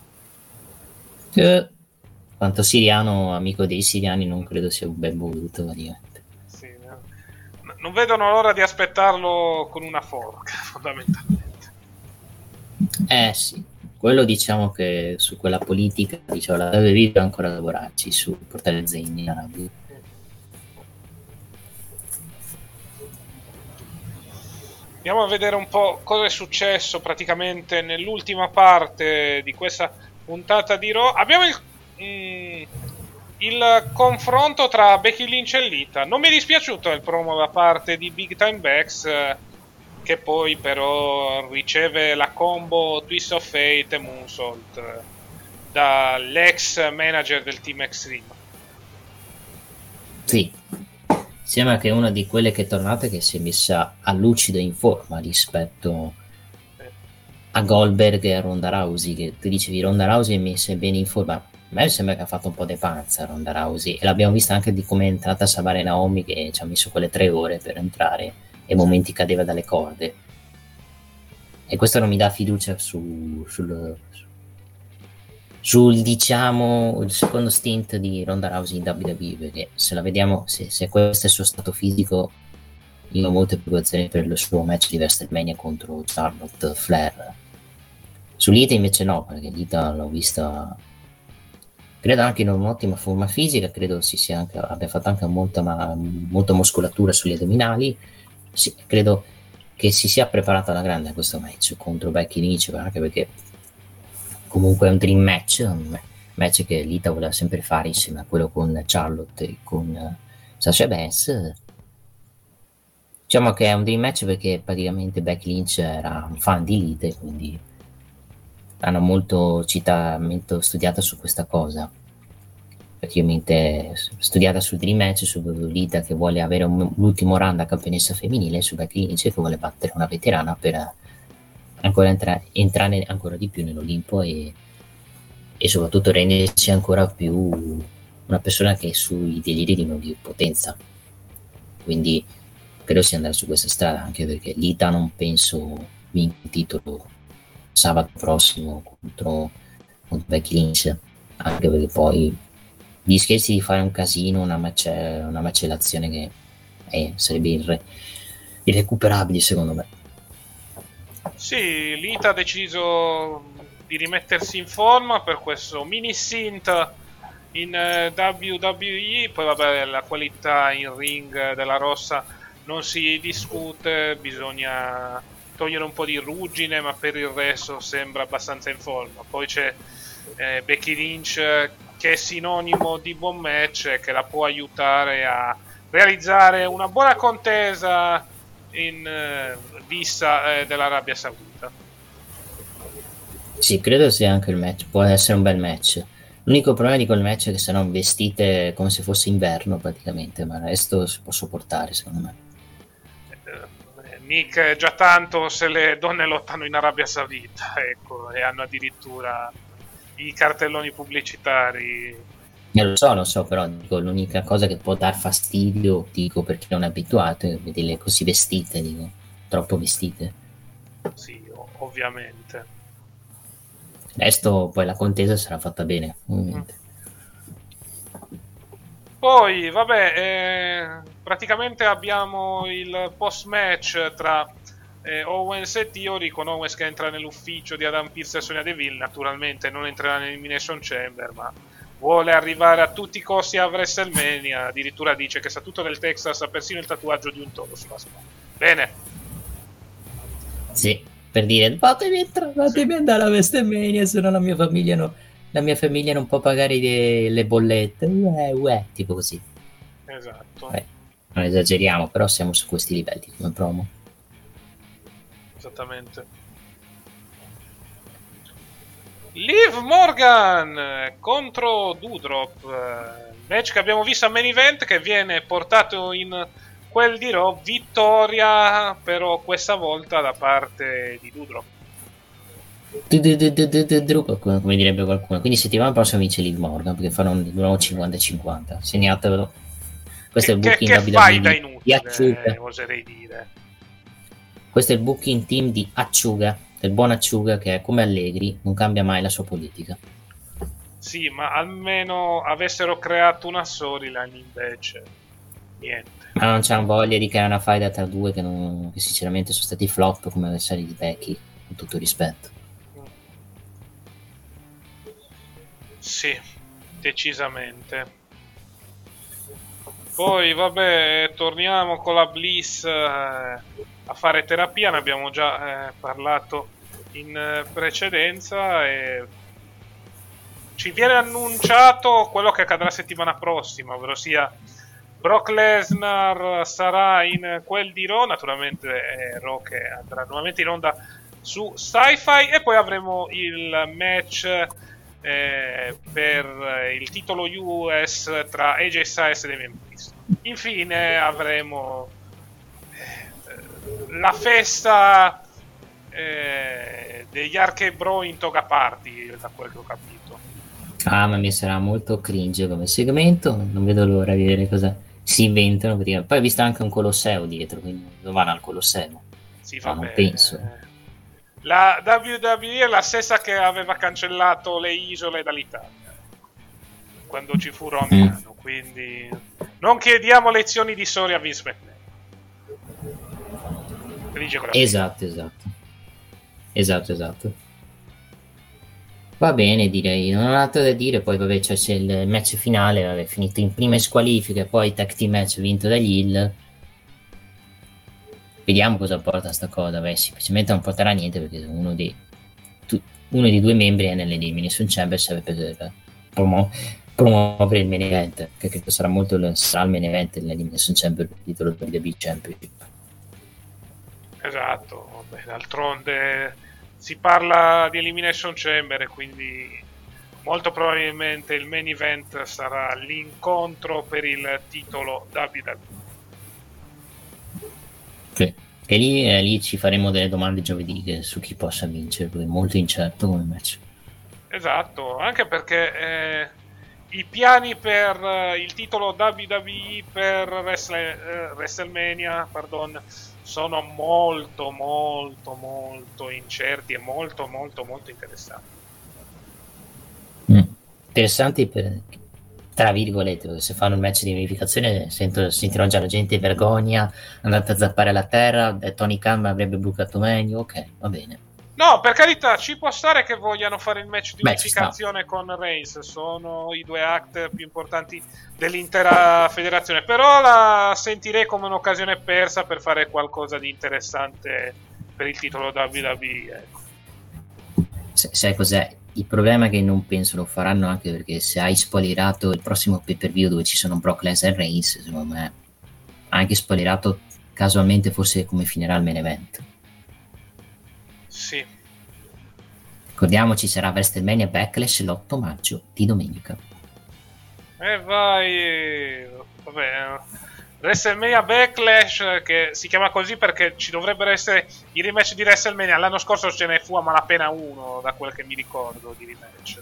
Quanto siriano, amico dei siriani, non credo sia ben voluto praticamente. Sì, no? Non vedono l'ora di aspettarlo con una forca, fondamentalmente. Sì, quello diciamo che su quella politica, diciamo, la deve vivere ancora lavorarci su portare Zayn in Arabia. Andiamo a vedere un po' cosa è successo praticamente nell'ultima parte di questa puntata di Raw. Abbiamo il confronto tra Becky Lynch e Lita. Non mi è dispiaciuto il promo da parte di Big Time Bex, che poi però riceve la combo Twist of Fate e Moonsault dall'ex manager del Team Extreme. Sì, sembra che è una di quelle che è tornata che si è messa a lucido in forma rispetto a Goldberg e a Ronda Rousey, che tu dicevi Ronda Rousey è messa bene in forma. A me sembra che ha fatto un po' di panza Ronda Rousey, e l'abbiamo vista anche di come è entrata a salvare Naomi, che ci ha messo quelle 3 ore per entrare e momenti cadeva dalle corde, e questo non mi dà fiducia sul diciamo il secondo stint di Ronda Rousey in WWE, perché se la vediamo, se questo è il suo stato fisico, io ho molte preoccupazioni per il suo match di WrestleMania contro Charlotte Flair. Su Lita invece no, perché Lita l'ho vista, credo anche in un'ottima forma fisica, credo abbia fatto anche molta muscolatura sugli addominali. Sì, credo che si sia preparata alla grande a questo match contro Becky Lynch, anche perché comunque è un dream match, un match che Lita voleva sempre fare insieme a quello con Charlotte e con Sasha Banks. Diciamo che è un dream match perché praticamente Becky Lynch era un fan di Lita, quindi hanno molto studiato su questa cosa, praticamente studiata sul dream match, su Lita che vuole avere l'ultimo round da campionessa femminile, su Becky Lynch che vuole battere una veterana per ancora entrare ancora di più nell'Olimpo e soprattutto rendersi ancora più una persona che è sui deliri di onnipotenza. Quindi credo sia andare su questa strada, anche perché Lita non penso vinca il titolo sabato prossimo contro Becky Lynch, anche perché poi gli scherzi di fare un casino, una macellazione che sarebbe irrecuperabile secondo me. Sì, Lita ha deciso di rimettersi in forma per questo mini synth in WWE. Poi vabbè, la qualità in ring della Rossa non si discute, bisogna togliere un po' di ruggine, ma per il resto sembra abbastanza in forma. Poi c'è Becky Lynch, che è sinonimo di buon match e che la può aiutare a realizzare una buona contesa in vista dell'Arabia Saudita. Sì, credo sia anche il match, può essere un bel match. L'unico problema di quel match è che saranno vestite come se fosse inverno praticamente, ma il resto si può sopportare secondo me. Nick, già tanto se le donne lottano in Arabia Saudita, ecco, e hanno addirittura i cartelloni pubblicitari. Lo so, però dico, l'unica cosa che può dar fastidio, dico, per chi non è abituato, è vederle così vestite, dico, troppo vestite. Sì, ovviamente. Il resto poi la contesa sarà fatta bene, ovviamente. Poi, vabbè, praticamente abbiamo il post-match tra Owens e Theory, con Owens che entra nell'ufficio di Adam Pearce e Sonya Deville. Naturalmente non entrerà nell'Elimination Chamber, ma vuole arrivare a tutti i costi a WrestleMania. Addirittura dice che sa tutto del Texas, ha persino il tatuaggio di un toro sulla spalla. Bene. Sì, per dire, fatemi andare a WrestleMania, se no la mia famiglia non può pagare le bollette. Tipo così. Esatto. Non esageriamo, però siamo su questi livelli come promo. Esattamente. Liv Morgan contro Doudrop, match che abbiamo visto a main event, che viene portato in quel di Raw. Vittoria però questa volta da parte di Doudrop. Come direbbe qualcuno. Quindi settimana prossima vince Liv Morgan, perché farà un nuovo 50-50. Segnatevelo. Questo è il booking che fai da di Acciuga. Oserei dire. Questo è il booking team di Acciuga, del buon Acciuga, che è come Allegri, non cambia mai la sua politica. Sì, ma almeno avessero creato una storyline, invece niente. Ma non c'hanno voglia di creare una faida tra due che sinceramente sono stati flop come avversari di Becky, con tutto rispetto. Sì, decisamente. Poi vabbè, torniamo con la Bliss a fare terapia. Ne abbiamo già parlato in precedenza e ci viene annunciato quello che accadrà settimana prossima, ovvero sia Brock Lesnar sarà in quel di Raw. Naturalmente è Raw che andrà nuovamente in onda su Sci-Fi, e poi avremo il match per il titolo US tra AJ Styles e Damian Priest. Infine avremo la festa degli Arcade Bro in toga party, da quel che ho capito. Ah, ma mi sarà molto cringe come segmento, non vedo l'ora di vedere cosa si inventano, perché poi ho visto anche un Colosseo dietro, quindi dove vanno al Colosseo? Sì, vabbè, non penso. La WWE è la stessa che aveva cancellato le isole dall'Italia quando ci fu Romano, quindi non chiediamo lezioni di storia a Vince McMahon. Esatto. Va bene, direi, non ho altro da dire. Poi vabbè, c'è il match finale, vabbè, finito in prime squalifiche, poi tag team match vinto dagli Hill. Vediamo cosa porta sta cosa. Beh, semplicemente non porterà niente, perché uno dei due membri è nell'Elimination Chamber, serve per promuovere il main event, che credo sarà il main event dell'Elimination Chamber per il titolo WWE Championship. Esatto, vabbè, d'altronde si parla di Elimination Chamber, e quindi molto probabilmente il main event sarà l'incontro per il titolo WWE. Sì. E lì ci faremo delle domande giovedì su chi possa vincere, perché è molto incerto come match. Esatto, anche perché i piani per il titolo WWE per WrestleMania, sono molto incerti e molto interessanti. Interessanti tra virgolette, se fanno il match di unificazione sentirò già la gente vergogna, andate a zappare la terra, Tony Khan avrebbe bucato meglio, ok, va bene. No, per carità, ci può stare che vogliano fare il match di Beh, unificazione con Reigns, sono i due act più importanti dell'intera federazione, però la sentirei come un'occasione persa per fare qualcosa di interessante per il titolo WWE, ecco. Sai cos'è? Il problema è che non penso lo faranno, anche perché se hai spoilerato il prossimo pay-per-view dove ci sono Brock Lesnar e Reigns, secondo me anche spoilerato casualmente forse come finirà il main event. Sì. Ricordiamoci, sarà WrestleMania Backlash l'8 maggio di domenica. Vai, vabbè, WrestleMania Backlash, che si chiama così perché ci dovrebbero essere i rematch di WrestleMania. L'anno scorso ce ne fu a malapena uno, da quel che mi ricordo, di rematch.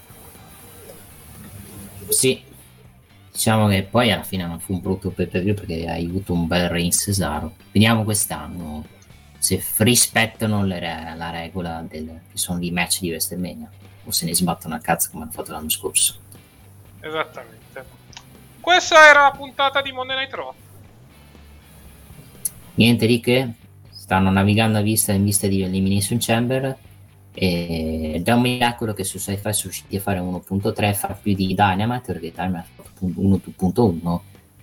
Sì, diciamo che poi alla fine non fu un brutto pay-per-view perché hai avuto un bel Reigns Cesaro. Vediamo quest'anno se rispettano la regola che sono i match di WrestleMania o se ne sbattono a cazzo come hanno fatto l'anno scorso. Esattamente. Questa era la puntata di Monday Night Raw. Niente di che, stanno navigando in vista di Elimination Chamber, e da un miracolo che su Sci-Fi sono riusciti a fare 1.3, fa più di Dynamite, perché Dynamite ha fatto 1.1,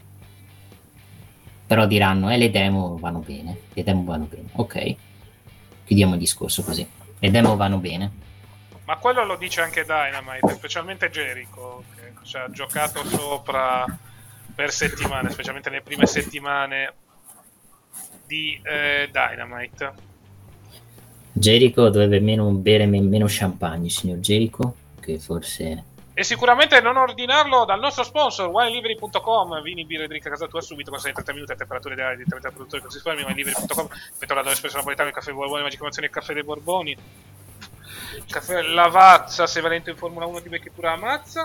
però diranno le demo vanno bene, ok, chiudiamo il discorso così, le demo vanno bene. Ma quello lo dice anche Dynamite, specialmente Jericho, che ci ha giocato sopra per settimane, specialmente nelle prime settimane di Dynamite. Jericho dovrebbe bere meno champagne, signor Jericho, che forse... E sicuramente non ordinarlo dal nostro sponsor, winelivery.com, vini, birra e drink a casa tua subito, con 30 minuti a temperature ideali di 30 produttori così fermi, winelivery.com, petrolio espresso napoletano, il caffè Borboni, magica emozione, il caffè dei Borboni, il caffè Lavazza, se valente in Formula 1 ti becchi pure la mazza.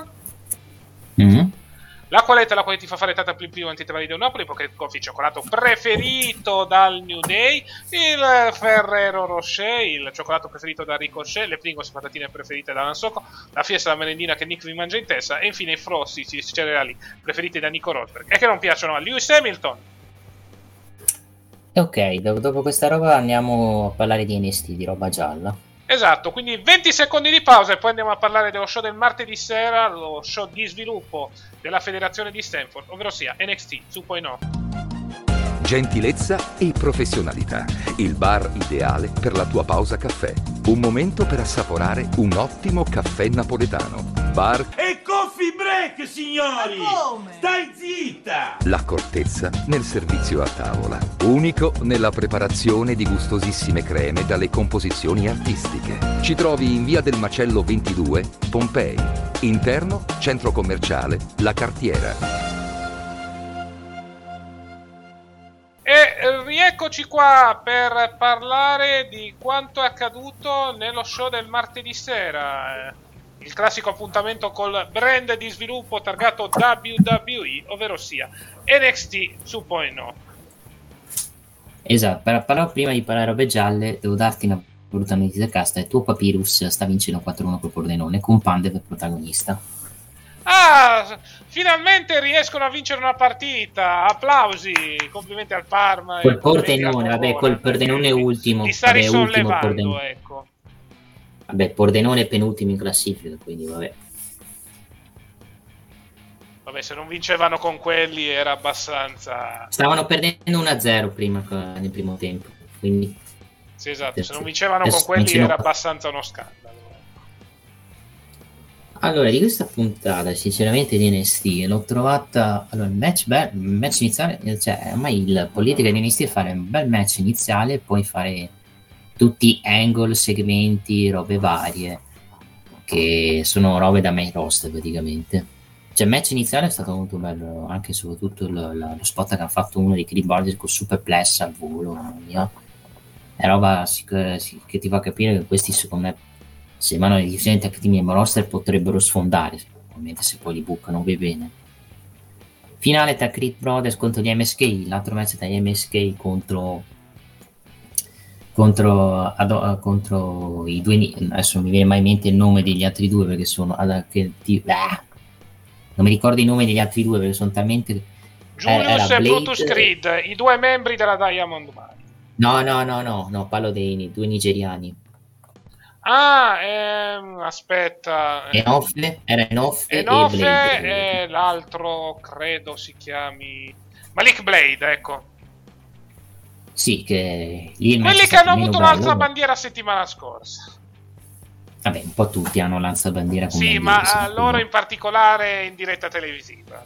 La qualetta, la quale ti fa fare tata plin plin antitevali del Napoli, Pocket Coffee, cioccolato preferito dal New Day, il Ferrero Rocher, il cioccolato preferito da Ricochet, le Pringles patatine preferite da Lansocco, la Fiesta, la merendina che Nick vi mangia in testa, e infine i Frosty, i cereali preferiti da Nico Rosberg e che non piacciono a Lewis Hamilton. Ok, dopo questa roba andiamo a parlare di NXT, di roba gialla. Esatto, quindi 20 secondi di pausa e poi andiamo a parlare dello show del martedì sera, lo show di sviluppo della federazione di Stanford, ovvero sia NXT 2.0. Gentilezza e professionalità. Il bar ideale per la tua pausa caffè. Un momento per assaporare un ottimo caffè napoletano. Bar E coffee break, signori! Stai zitta! L'accortezza nel servizio a tavola. Unico nella preparazione di gustosissime creme dalle composizioni artistiche. Ci trovi in via del Macello 22, Pompei. Interno, centro commerciale, La Cartiera. E rieccoci qua per parlare di quanto è accaduto nello show del martedì sera. Il classico appuntamento col brand di sviluppo targato WWE, ovvero sia NXT 2.0. Esatto, però prima di parlare robe gialle devo darti una brutta notizia casta, e tuo Papyrus sta vincendo 4-1 col Pordenone con Pandev protagonista. Ah, finalmente riescono a vincere una partita, applausi, complimenti al Parma. Col Pordenone, vabbè, col Pordenone ultimo. Li sta risollevando, Pordenone. ecco. Vabbè, Pordenone è penultimo in classifica, quindi vabbè. Vabbè, se non vincevano con quelli era abbastanza... Stavano perdendo 1-0 prima, nel primo tempo, quindi... Sì, esatto, se non vincevano con quelli era abbastanza uno scandalo. Allora, di questa puntata, sinceramente, di NXT l'ho trovata... Allora, il match iniziale... Cioè, ormai il politica di NXT è fare un bel match iniziale e poi fare tutti angle, segmenti, robe varie, che sono robe da main roster, praticamente. Cioè, il match iniziale è stato molto bello, anche soprattutto lo spot che hanno fatto uno di Creed Borders con Superplex al volo, mamma mia. È roba che ti fa capire che questi, secondo me, se vanno nei differenti team e roster potrebbero sfondare, ovviamente, se poi li bucano bene. Finale tra Creed Brothers contro gli MSK, l'altro match tra gli MSK contro i due, adesso non mi viene mai in mente il nome degli altri due perché sono non mi ricordo i nomi degli altri due perché sono talmente... Julius e Brutus Creed, i due membri della Diamond Mine. No, parlo dei due nigeriani. Aspetta. Enofe e Blade. E l'altro credo si chiami Malik Blade, ecco. Sì, che lì quelli che hanno avuto l'altra bandiera settimana scorsa. Vabbè, un po' tutti hanno l'alzabandiera come sì, ma loro in particolare in diretta televisiva.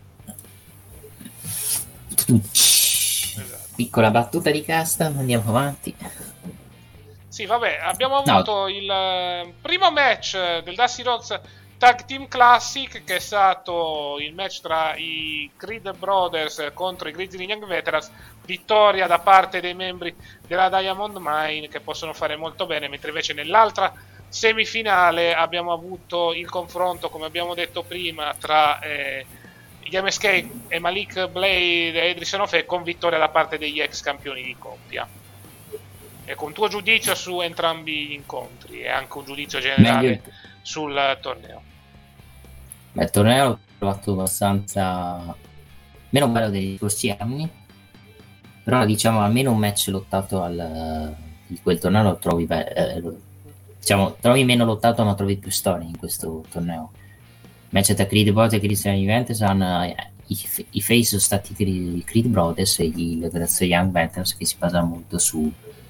Esatto. Piccola battuta di casta, andiamo avanti. Sì, vabbè, abbiamo avuto il primo match del Dusty Rhodes Tag Team Classic, che è stato il match tra i Creed Brothers contro i Grizzly Young Veterans. Vittoria da parte dei membri della Diamond Mine, che possono fare molto bene, mentre invece nell'altra semifinale abbiamo avuto il confronto, come abbiamo detto prima, tra gli MSK e Malik Blade e Edris Enofe, con vittoria da parte degli ex campioni di coppia. Ecco, un tuo giudizio su entrambi gli incontri e anche un giudizio generale sul torneo. Beh, il torneo l'ho trovato abbastanza meno bello degli scorsi anni, però diciamo almeno un match lottato di quel torneo lo trovi diciamo, trovi meno lottato ma trovi più storie in questo torneo. Match tra Creed Brothers e Christian Juventus i face sono stati i Creed Brothers e gli Young Veterans, che si basa molto su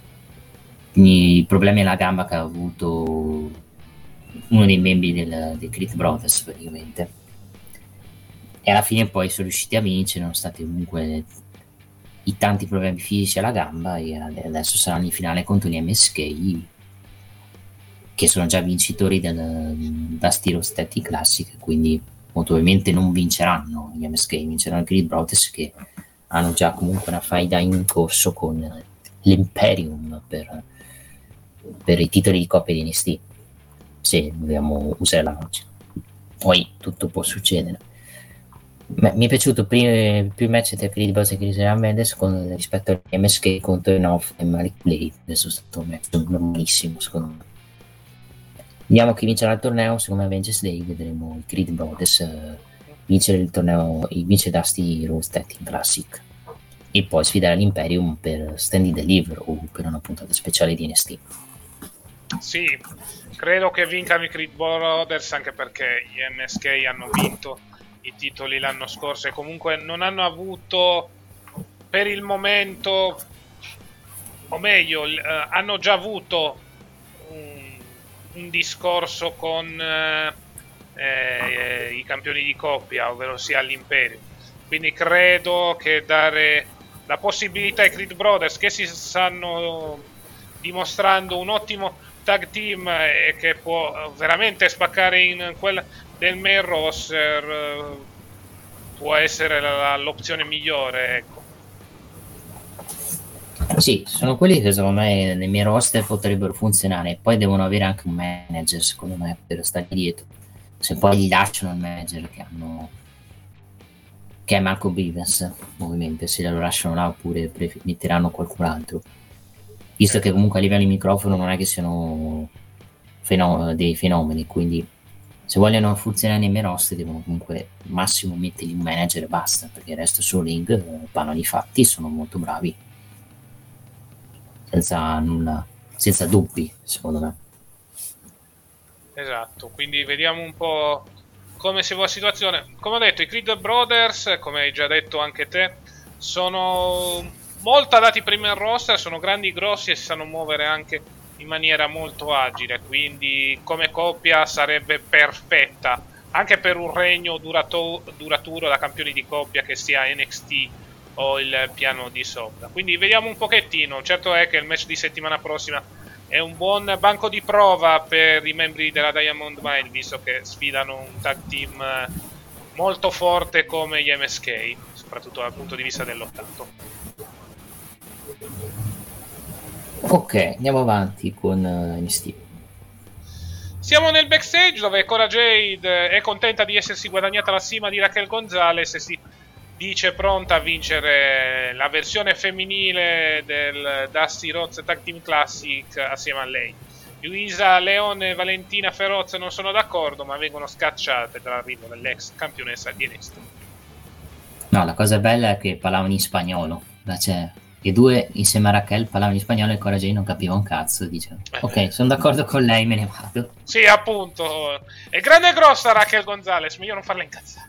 i problemi alla gamba che ha avuto uno dei membri dei Creed Brothers praticamente, e alla fine poi sono riusciti a vincere nonostante comunque i tanti problemi fisici alla gamba, e adesso saranno in finale contro gli MSK, che sono già vincitori del Dusty Rhodes Tag Team Classic, quindi molto probabilmente non vinceranno gli MSK, vinceranno i Creed Brothers, che hanno già comunque una faida in corso con l'Imperium per i titoli di coppia di NXT, se dobbiamo usare la voce. Poi tutto può succedere. Mi è piaciuto più il match tra Creed Brothers e Christian Mendes rispetto agli MSK contro Enofe e Malik Blade. Adesso è stato un match normalissimo, secondo me. Vediamo chi vincerà il torneo. Secondo me Avengers Day vedremo i Creed Brothers vincere il torneo, vincere Dusty Rhodes Tag Team Classic e poi sfidare l'Imperium per Stand and Deliver o per una puntata speciale di NXT. Sì, credo che vincano i Creed Brothers, anche perché gli MSK hanno vinto i titoli l'anno scorso e comunque non hanno avuto per il momento, o meglio, hanno già avuto un discorso con i campioni di coppia, ovvero sia l'Imperium. Quindi credo che dare la possibilità ai Creed Brothers, che si stanno dimostrando un ottimo tag team e che può veramente spaccare in quella del main roster, può essere l'opzione migliore, ecco. Sì, sono quelli che secondo me nel mio roster potrebbero funzionare. Poi devono avere anche un manager, secondo me, per stare dietro. Se poi gli lasciano il manager che è Marco Bivens, ovviamente, se lo lasciano là oppure metteranno qualcun altro, visto che comunque a livello di microfono non è che siano dei fenomeni, quindi se vogliono funzionare nei miei roster devono comunque massimo mettergli un manager e basta, perché il resto sul ring parlano di fatti, sono molto bravi senza dubbi, secondo me. Esatto, quindi vediamo un po' come si va la situazione. Come ho detto, i Creed Brothers, come hai già detto anche te, sono molto adatti per il main roster, sono grandi, grossi e si sanno muovere anche in maniera molto agile, quindi come coppia sarebbe perfetta anche per un regno duraturo da campioni di coppia, che sia NXT o il piano di sopra. Quindi vediamo un pochettino. Certo è che il match di settimana prossima è un buon banco di prova per i membri della Diamond Mine, visto che sfidano un tag team molto forte come gli MSK, soprattutto dal punto di vista del lottato. Ok, andiamo avanti con NXT. Siamo nel backstage dove Cora Jade è contenta di essersi guadagnata la stima di Raquel Gonzalez e si dice pronta a vincere la versione femminile del Dusty Rhodes Tag Team Classic assieme a lei. Luisa Leone e Valentina Feroz non sono d'accordo, ma vengono scacciate dall'arrivo dell'ex campionessa di NXT. No, la cosa bella è che parlavano in spagnolo. Cioè, i due insieme a Raquel parlavano in spagnolo e Cora Jade non capiva un cazzo. Diceva, ok, sono d'accordo con lei, me ne vado. Sì, appunto. È grande e grossa Raquel Gonzalez, meglio non farla incazzare.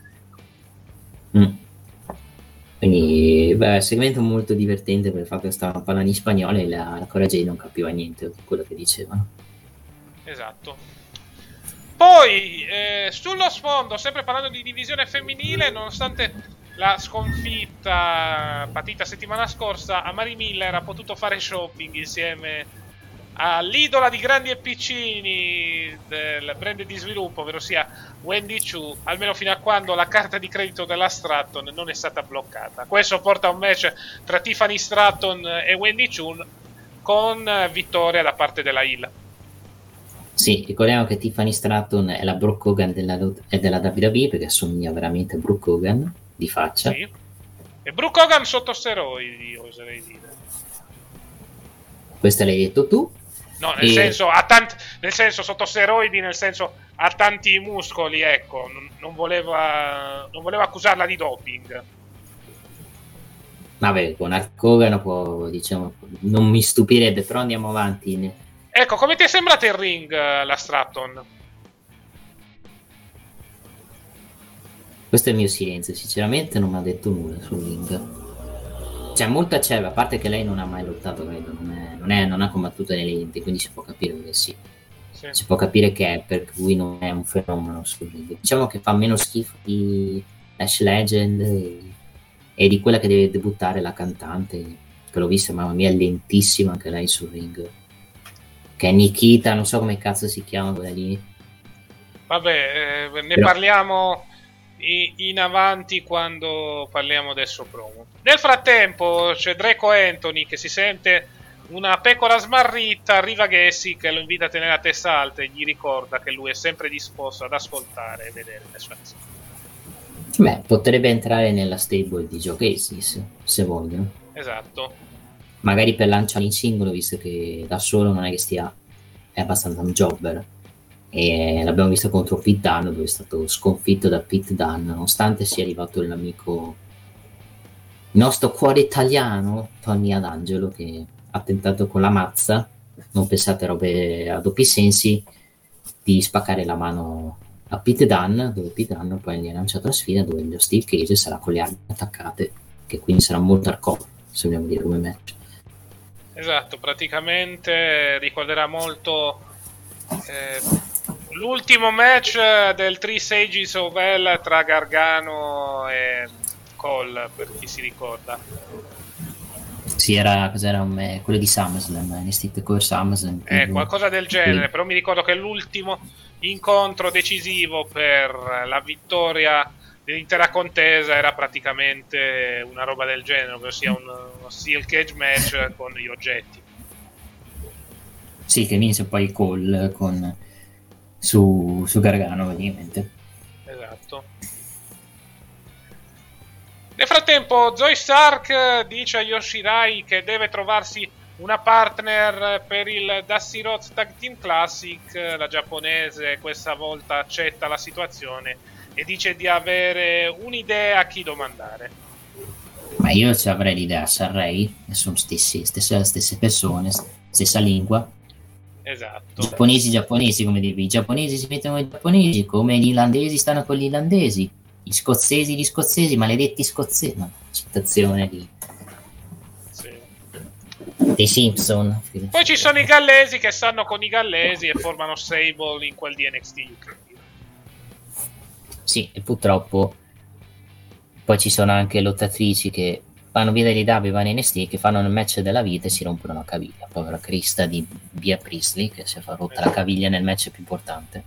Quindi, beh, segmento molto divertente per il fatto che stavano parlando in spagnolo e la Cora Jade non capiva niente di quello che dicevano. Esatto. Poi, sullo sfondo, sempre parlando di divisione femminile, nonostante la sconfitta patita settimana scorsa, Amari Miller ha potuto fare shopping insieme all'idola di grandi e piccini del brand di sviluppo, ovvero sia Wendy Chu, almeno fino a quando la carta di credito della Stratton non è stata bloccata. Questo porta a un match tra Tiffany Stratton e Wendy Chu con vittoria da parte della Hill. Sì, ricordiamo che Tiffany Stratton è la Brooke Hogan della WWE, perché assomiglia veramente a Brooke Hogan di faccia. Sì. E Brooke Hogan sotto steroidi, oserei dire. Questo l'hai detto tu. No, nel senso sotto steroidi, nel senso ha tanti muscoli, ecco, non voleva accusarla di doping. Vabbè, con Hulk Hogan può, diciamo, non mi stupirebbe, però andiamo avanti. Ecco, come ti è sembrata il ring, la Stratton? Questo è il mio silenzio, sinceramente non mi ha detto nulla sul ring. C'è molta cerva, a parte che lei non ha mai lottato, credo, non ha combattuto nelle Olimpiadi, quindi si può capire che sì. Si può capire che è, per cui non è un fenomeno sul ring. Diciamo che fa meno schifo di Lash Legend e di quella che deve debuttare la cantante, che l'ho vista, mamma mia, lentissima anche lei sul ring. Che è Nikita, non so come cazzo si chiama quella lì. Vabbè, ne parliamo in avanti quando parliamo del suo promo. Nel frattempo c'è Draco Anthony che si sente una pecora smarrita, arriva Gacy che lo invita a tenere la testa alta e gli ricorda che lui è sempre disposto ad ascoltare e vedere le sue azioni. Beh, potrebbe entrare nella stable di Joe Gacy se vogliono. Esatto. Magari per lanciare in singolo, visto che da solo non è che è abbastanza un jobber. E l'abbiamo visto contro Pete Dunne, dove è stato sconfitto da Pete Dunne, nonostante sia arrivato l'amico, il nostro cuore italiano Tony Adangelo, che ha tentato con la mazza, non pensate robe a doppi sensi, di spaccare la mano a Pete Dunne, dove Pete Dunne poi gli ha lanciato la sfida, dove lo Steel Cage sarà con le armi attaccate, che quindi sarà molto hardcore, se vogliamo dire, come match. Esatto, praticamente ricorderà molto l'ultimo match del Three Sages of Hell tra Gargano e Cole, per chi si ricorda. Sì, cos'era quello di SummerSlam, NXT Core SummerSlam. Qualcosa del genere, però mi ricordo che l'ultimo incontro decisivo per la vittoria dell'intera contesa era praticamente una roba del genere, ossia uno steel cage match con gli oggetti. Sì, che vinse poi Cole su Gargano, praticamente. Esatto. Nel frattempo Zoe Stark dice a Yoshirai che deve trovarsi una partner per il Dusty Rhodes Tag Team Classic. La giapponese questa volta accetta la situazione e dice di avere un'idea a chi domandare. Ma io ci avrei l'idea, Sarrei, sono stesse persone, stessa lingua. Esatto. Giapponesi, come dicevi, i giapponesi si mettono con i giapponesi, come gli irlandesi stanno con gli irlandesi, gli scozzesi, maledetti scozzesi. No, citazione dei Simpson. Poi ci sono i gallesi che stanno con i gallesi e formano stable in quel di NXT UK. Sì, e purtroppo poi ci sono anche lottatrici che vanno via dall'IW, vanno in NXT, che fanno il match della vita e si rompono la caviglia. Povera Krista di Bea Priestley, che si è fatta rotta la caviglia nel match più importante.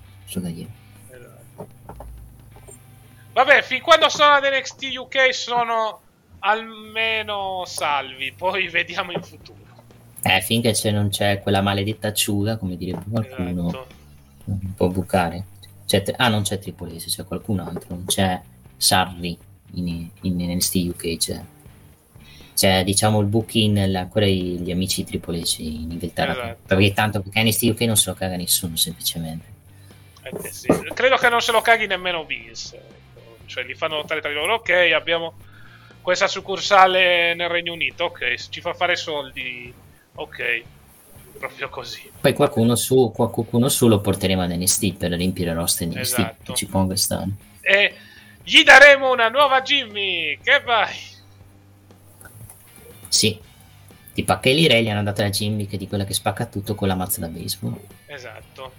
Vabbè, fin quando sono ad NXT UK sono almeno salvi, poi vediamo in futuro. Finché non c'è quella maledetta acciuga, come direbbe qualcuno, esatto. Non può bucare. Non c'è Triple H, c'è qualcun altro, non c'è Sarri in NXT UK, c'è C'è, diciamo, il booking, ancora gli amici Triple H in Inghilterra. Esatto. Perché tanto perché NXT UK non se lo caga nessuno, semplicemente. Sì. Credo che non se lo caghi nemmeno Vince. Ecco. Cioè, li fanno notare tra di loro. Ok, abbiamo questa succursale nel Regno Unito. Ok, se ci fa fare soldi. Ok, proprio così. Poi qualcuno su lo porteremo ad NXT per riempire il roster NXT. Esatto. Ci può quest'anno. E gli daremo una nuova Jimmy. Che vai? Sì. Tipo a Kelly Ray gli hanno dato la gimmick di quella che spacca tutto con la mazza da baseball. Esatto.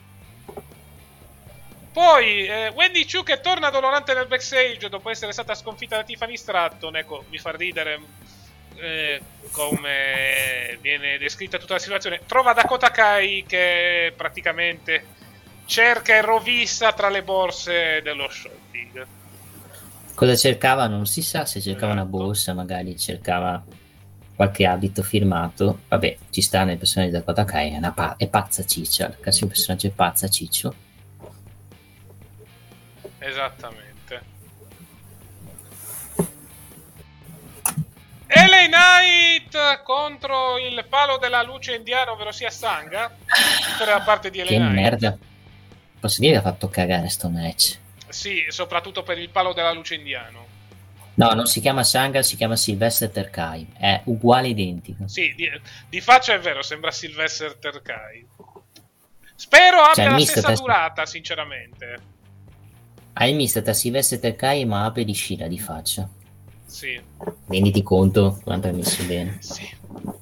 Poi Wendy Chu che torna dolorante nel backstage dopo essere stata sconfitta da Tiffany Stratton. Ecco, mi fa ridere come viene descritta tutta la situazione. Trova Dakota Kai che praticamente cerca e rovissa tra le borse dello shopping. Cosa cercava? Non si sa, se cercava una borsa, magari cercava qualche abito firmato. Vabbè, ci sta nel personaggio di Dakota Kai, è pazza ciccia, il classico personaggio è pazza ciccio. Esattamente. LA Knight contro il palo della luce indiano, ovvero sia Sanga, per la parte di LA Che Knight. merda. Posso dire che ha fatto cagare sto match. Sì, soprattutto per il palo della luce indiano. No, non si chiama Sanga, si chiama Sylvester Terkay. È uguale, identico. Sì, di faccia è vero, sembra Sylvester Terkay. Spero abbia la stessa durata, sinceramente. Hai misto tra Sylvester Terkay ma Ape di Shira di faccia. Sì. Renditi conto quanto hai messo bene. Sì.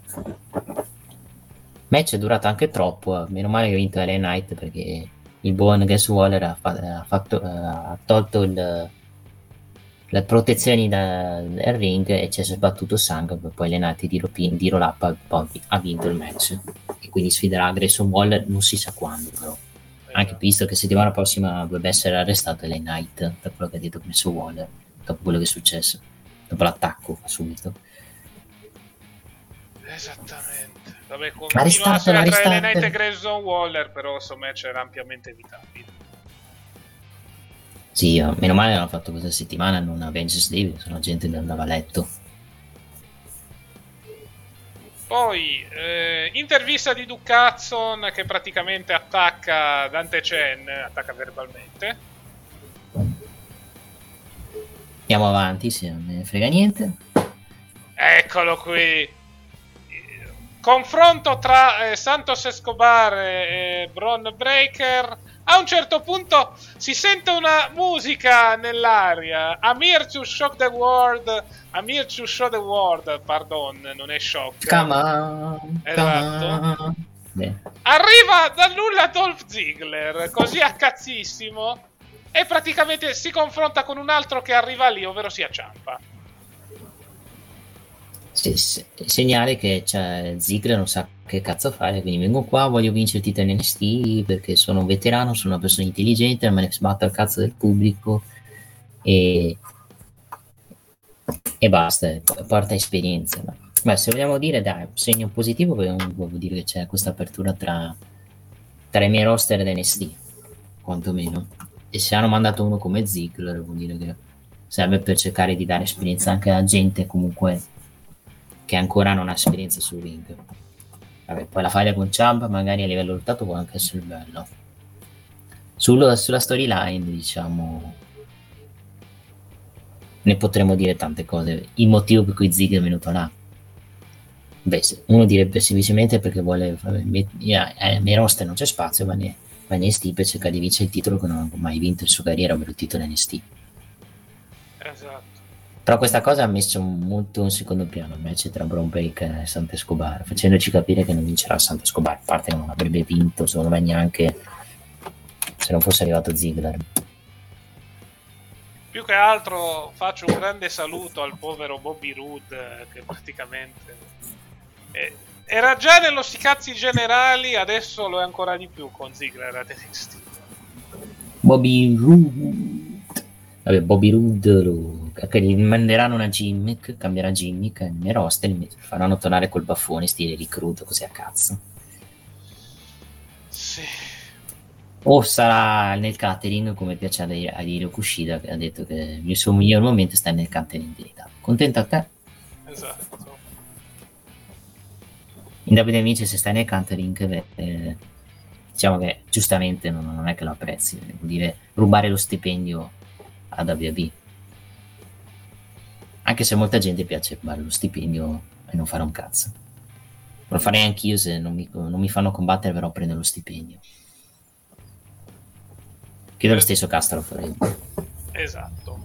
Match è durato anche troppo, meno male che ha vinto LA Knight perché il buon Guess Waller ha tolto le protezioni dal ring e ci è sbattuto sangue, poi LA Knight di roll up ha vinto il match e quindi sfiderà Grayson Waller non si sa quando, però anche visto che settimana prossima dovrebbe essere arrestato LA Knight per quello che ha detto Grayson Waller dopo quello che è successo, dopo l'attacco subito. Esattamente. Vabbè, continua a essere tra LA Knight e Grayson Waller, però questo match era ampiamente evitabile. Sì, meno male hanno fatto questa settimana non Avengers Day, se no la gente ne andava a letto. Poi intervista di Duke Hudson che praticamente attacca Dante Chen, attacca verbalmente. Andiamo avanti, se non me ne frega niente. Eccolo qui. Confronto tra Santos Escobar e Bron Breakker. A un certo punto si sente una musica nell'aria. I'm here to shock the world. I'm here to show the world. Pardon, non è shock. Come on, esatto. Come on. Arriva dal nulla Dolph Ziggler, così a cazzissimo, e praticamente si confronta con un altro che arriva lì, ovvero sia Ciampa. Segnale che Ziggler non sa che cazzo fare, quindi vengo qua, voglio vincere il titolo NXT perché sono un veterano, sono una persona intelligente, non me ne sbatto al cazzo del pubblico e basta, porta esperienza. Ma se vogliamo dire, dai, un segno positivo vuol dire che c'è questa apertura tra i miei roster ed NXT, quantomeno, e se hanno mandato uno come Ziggler vuol dire che serve per cercare di dare esperienza anche a gente comunque che ancora non ha esperienza sul ring. Vabbè, poi la faglia con Ciampa magari a livello risultato può anche essere bello. Sulla storyline, diciamo, ne potremmo dire tante cose. Il motivo per cui Ziggler è venuto là, beh, uno direbbe semplicemente perché vuole nei roster non c'è spazio, ma ne NXT per cercare di vincere il titolo che non ha mai vinto in sua carriera, ovvero il titolo NXT. Esatto. Però questa cosa ha messo molto in secondo piano il match tra Bron Breakker e Santos Escobar, facendoci capire che non vincerà Santos Escobar, a parte che non avrebbe vinto secondo me neanche se non fosse arrivato Ziggler. Più che altro faccio un grande saluto al povero Bobby Roode che praticamente era già nello sticazzi generali, adesso lo è ancora di più con Ziggler a NXT. Bobby Roode che gli manderanno una gimmick, cambierà gimmick nel roster, faranno tornare col baffone stile Recruit così a cazzo. Sì. O sarà nel catering come piace a Hiro Kushida, che ha detto che il suo miglior momento sta nel catering di Italia. Contento a te? Esatto. In WWE invece se stai nel countering diciamo che giustamente non è che lo apprezzi, vuol dire rubare lo stipendio a WWE, anche se a molta gente piace rubare lo stipendio e non fare un cazzo. Lo farei anch'io se non mi fanno combattere, però prendo lo stipendio. Chiedo lo stesso cast lo farei. Esatto.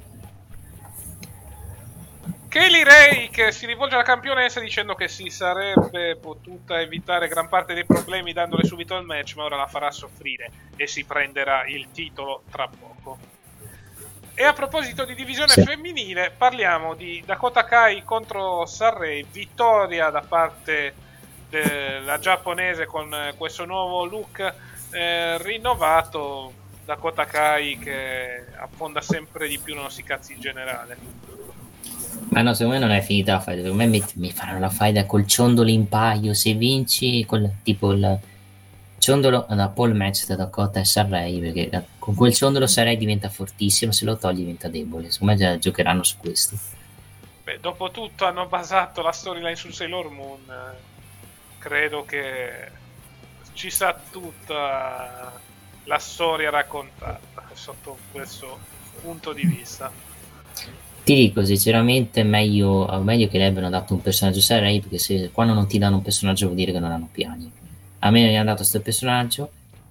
Kaylee Ray che si rivolge alla campionessa dicendo che si sarebbe potuta evitare gran parte dei problemi dandole subito il match, ma ora la farà soffrire e si prenderà il titolo tra poco. E a proposito di divisione femminile, parliamo di Dakota Kai contro Sarray, vittoria da parte della giapponese con questo nuovo look rinnovato. Dakota Kai che affonda sempre di più nello sti cazzi in generale. Ma no, secondo me non è finita la faida. Secondo me mi faranno la faida col ciondolo in paio. Se vinci, tipo il ciondolo da pole match da Dakota e Sarray. Perché con quel ciondolo Sarray diventa fortissimo. Se lo togli diventa debole. Secondo me giocheranno su questo. Beh, dopo tutto hanno basato la storyline su Sailor Moon. Credo che ci sa tutta la storia raccontata sotto questo punto di vista. Ti dico sinceramente meglio che le abbiano dato un personaggio Sarray, perché se quando non ti danno un personaggio vuol dire che non hanno piani. A me mi hanno dato questo personaggio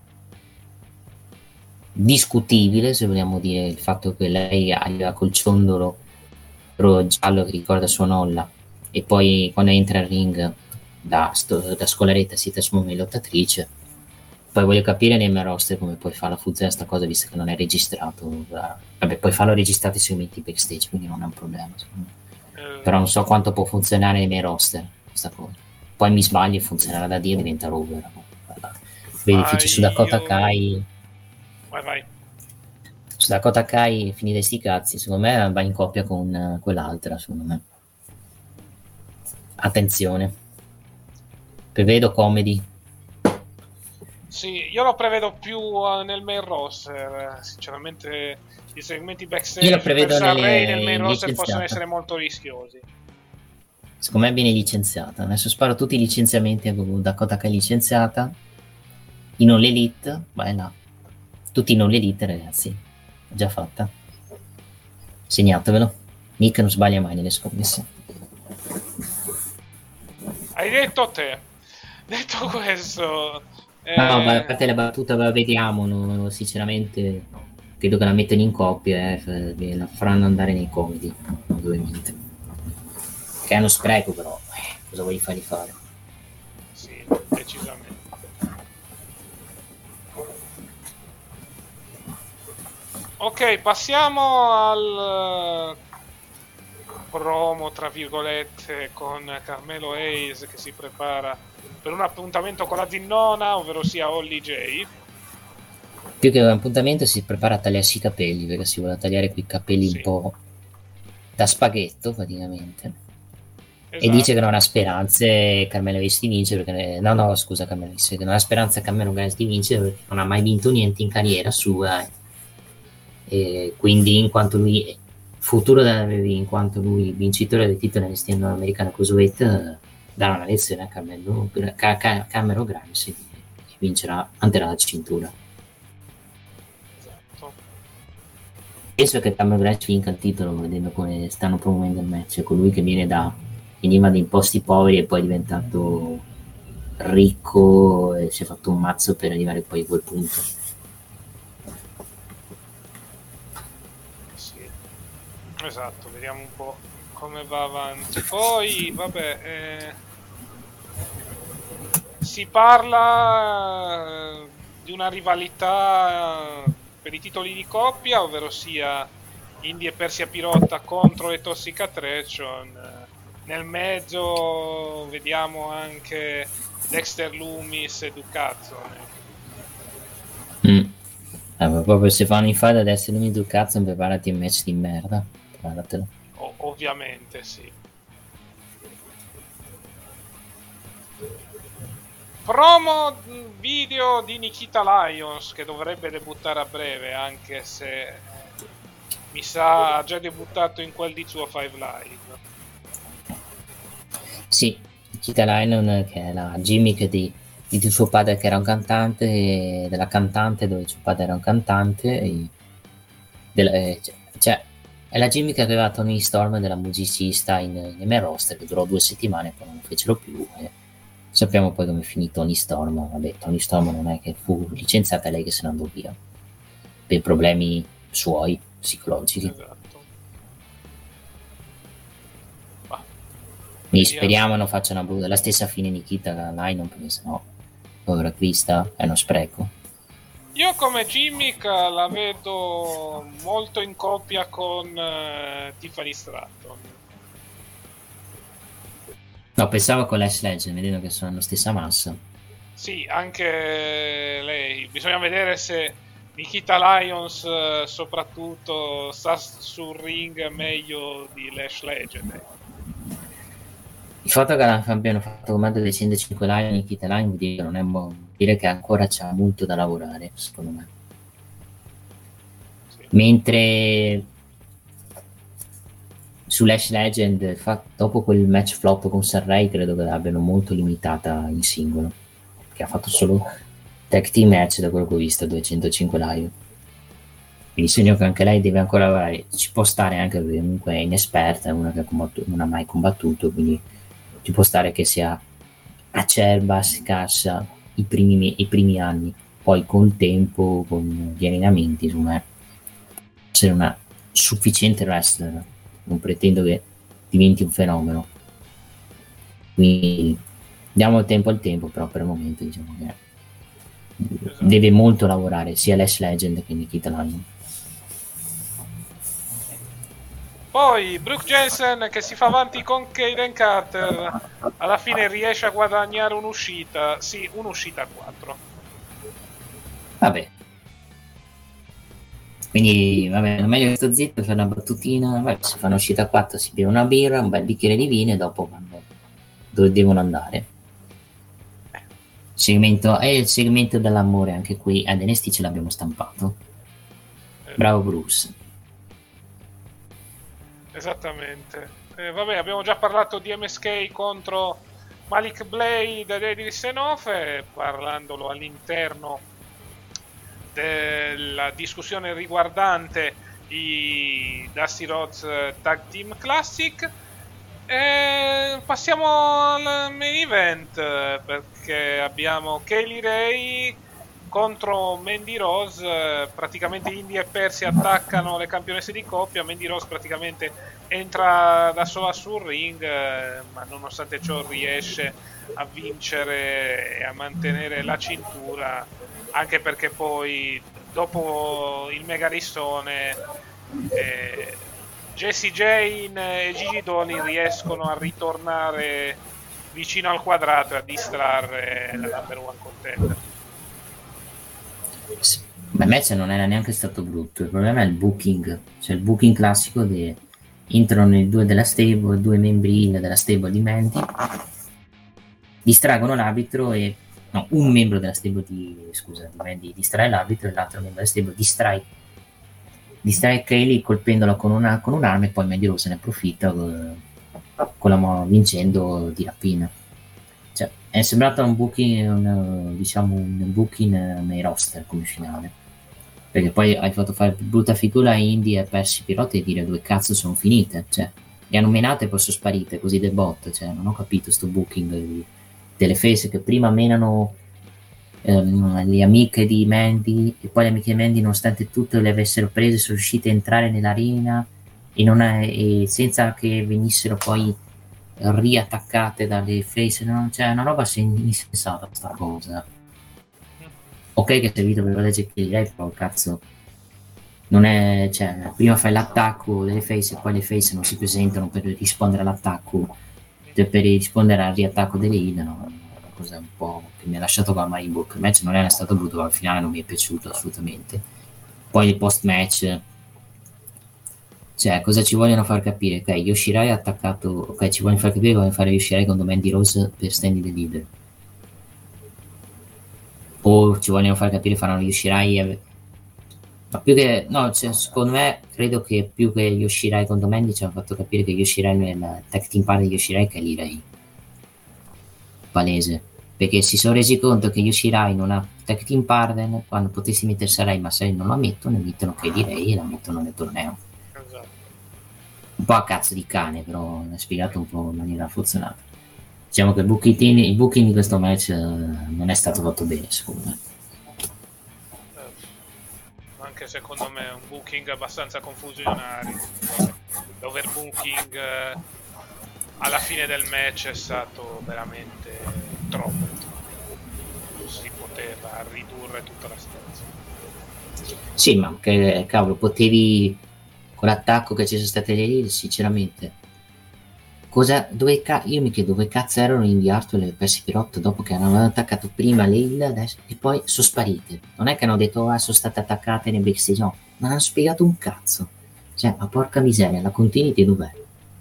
discutibile, se vogliamo dire, il fatto che lei aveva col ciondolo giallo che ricorda sua nonna e poi quando entra al ring da scolaretta si trasforma in lottatrice. Poi voglio capire nei miei roster come puoi farla funzionare sta cosa, visto che non è registrato. Vabbè, puoi farlo registrato i segmenti backstage, quindi non è un problema, secondo me. Però non so quanto può funzionare nei miei roster questa cosa. Poi mi sbaglio e funzionerà da Dio e diventa rover. Vedi, su Dakota Kai. Vai. Su Dakota Kai, finita sti cazzi, secondo me va in coppia con quell'altra, secondo me. Attenzione. Prevedo comedy. Sì, io lo prevedo più nel main roster. Sinceramente, i segmenti backstage io lo prevedo nel main roster possono essere molto rischiosi. Secondo me viene licenziata. Adesso sparo tutti i licenziamenti a Dakota Kai licenziata. I non l'elite, vai là. Tutti i non l'elite, ragazzi. È già fatta. Segnatevelo. Nick non sbaglia mai nelle scommesse. Hai detto te. Detto questo. No, ma a parte la battuta, vediamo. No, sinceramente, credo che la mettano in coppia. La faranno andare nei comedy. Ovviamente. Che è uno spreco, però. Cosa vuoi fargli fare? Sì, decisamente. Ok, passiamo al promo, tra virgolette, con Carmelo Hayes che si prepara per un appuntamento con la zinnona, ovvero sia Holly J. Più che un appuntamento si prepara a tagliarsi i capelli, perché si vuole tagliare quei capelli un po' da spaghetto, praticamente. Esatto. E dice che non ha speranze Carmelo Hayes di vincere, perché Carmelo Hayes, che non ha speranza Carmelo Hayes di vincere perché non ha mai vinto niente in carriera sua. E quindi in quanto lui futuro in quanto lui vincitore del titolo all'estero americano Cruiserweight, darà una lezione a Cameron Grimes e vincerà, manterrà la cintura. Esatto. Penso che Cameron Grimes vinca il titolo, vedendo come stanno promuovendo il match, con lui che veniva da imposti poveri e poi è diventato ricco e si è fatto un mazzo per arrivare poi a quel punto. Esatto, vediamo un po' come va avanti. Poi, vabbè, si parla di una rivalità per i titoli di coppia, ovvero sia Indy e Persia Pirotta contro le Toxic Attraction. Nel mezzo vediamo anche Dexter Lumis e Ducazzo. Ma proprio se fanno in fada Dexter Lumis e Ducazzo, preparati un match di merda. Guardatelo. Ovviamente sì. Promo video di Nikita Lyons che dovrebbe debuttare a breve, anche se mi sa ha già debuttato in quel di suo 5 Live. Sì, Kita Lion, che è la gimmick di suo padre che era un cantante, della cantante dove suo padre era un cantante, cioè è la gimmick che aveva Tony Storm della musicista in main roster, che durò 2 settimane, poi non lo fecero più, e sappiamo poi come finì Tony Storm. Vabbè, Tony Storm non è che fu licenziata, è lei che se ne andò via per problemi suoi psicologici. Esatto. Quindi speriamo non facciano la stessa fine di Kita Lion, perché sennò, povera Krista, è uno spreco. Io come gimmick la vedo molto in coppia con Tiffany Stratton. No, pensavo con Lash Legend, vedendo che sono la stessa massa. Sì, anche lei. Bisogna vedere se Nikita Lyons soprattutto sta sul ring meglio di Lash Legend. Il fatto che abbiano fatto comando dei 105 Lion Nikita Lion vuol dire che non è buono, vuol dire che ancora c'ha molto da lavorare, secondo me. Sì. Mentre su Lash Legend, dopo quel match flop con Sarray, credo che l'abbiano molto limitata in singolo, che ha fatto solo tag team match, da quello che ho visto, 205 Lion. Quindi segno che anche lei deve ancora lavorare. Ci può stare anche perché comunque è inesperta, è una che non ha mai combattuto, quindi ci può stare che sia acerba, scarsa i primi anni, poi col tempo, con gli allenamenti, insomma, essere una sufficiente wrestler. Non pretendo che diventi un fenomeno, quindi diamo tempo al tempo, però per il momento diciamo che deve molto lavorare sia Lash Legend che Nikita Lion. Poi Brooke Jensen che si fa avanti con Kaden Carter, alla fine riesce a guadagnare un'uscita, sì, un'uscita a 4. Vabbè. Quindi, vabbè, meglio che sto zitto, fare una battutina, vabbè, si fa un'uscita a 4, si beve una birra, un bel bicchiere di vino e dopo vanno dove devono andare. Il segmento dell'amore, anche qui ad NXT ce l'abbiamo stampato. Bravo Bruce. Esattamente. Vabbè, abbiamo già parlato di MSK contro Malik Blade ed Eddie Senofe, parlandolo all'interno della discussione riguardante i Dusty Rhodes Tag Team Classic. Passiamo al main event, perché abbiamo Kaylee Ray contro Mandy Rose. Praticamente Indy e Percy attaccano le campionesse di coppia. Mandy Rose praticamente entra da sola sul ring, ma nonostante ciò riesce a vincere e a mantenere la cintura, anche perché poi dopo il megalistone Jessie Jane e Gigi Dolin riescono a ritornare vicino al quadrato e a distrarre la number one contender. Ma il match non era neanche stato brutto, il problema è il booking, cioè il booking classico entrano i due della stable, due membri della stable di Mandy, distraggono l'arbitro e un membro della stable di Mandy distrae l'arbitro e l'altro membro della stable distrae Kaylee colpendola con un'arma e poi Mandy Rose se ne approfitta vincendo di rapina. Cioè, è sembrato un booking nei roster come finale, perché poi hai fatto fare brutta figura a Indy e Percy Pirotte e dire dove cazzo sono finite, cioè le hanno menate e poi sono sparite così del botto, cioè non ho capito sto booking delle face che prima menano le amiche di Mandy e poi le amiche di Mandy nonostante tutto le avessero prese sono riuscite a entrare nell'arena e senza che venissero poi riattaccate dalle face, no? Cioè è una roba insensata sta cosa. Ok che è servito per legge che lei però cazzo non è, cioè prima fai l'attacco delle face e poi le face non si presentano per rispondere all'attacco, cioè per rispondere al riattacco delle heel, no? Una cosa un po' che mi ha lasciato con il book. Il match non era stato brutto, ma al finale non mi è piaciuto assolutamente. Poi il post match, cioè cosa ci vogliono far capire? Ok, Yoshirai ha attaccato, ok, ci vogliono far capire che vogliono fare Yoshirai contro Mandy Rose per Standing the Leader, o ci vogliono far capire faranno Yoshirai ma più che no, cioè, secondo me credo che più che Yoshirai contro Mandy ci hanno fatto capire che Yoshirai è la tag team partner di Yoshirai che è Kaylee Ray, palese, perché si sono resi conto che Yoshirai non ha tag team partner, quando potessi mettere Sarai, ma Sarai non lo mettono, e mettono che direi e la mettono nel torneo. Esatto. Un po' a cazzo di cane, però è spiegato un po' in maniera forzata. Diciamo che il booking di questo match non è stato fatto bene, secondo me. Anche secondo me è un booking abbastanza confusionario. L'overbooking alla fine del match è stato veramente troppo. Si poteva ridurre tutta la situazione. Sì, ma che cavolo, potevi, con l'attacco che ci sono state lì, sinceramente, io mi chiedo dove cazzo erano Indy Hartwell e Percy Pirotto dopo che hanno attaccato prima Leila adesso, e poi sono sparite. Non è che hanno detto sono state attaccate nel backstage, no, non hanno spiegato un cazzo. Cioè, ma porca miseria, la continuity dov'è?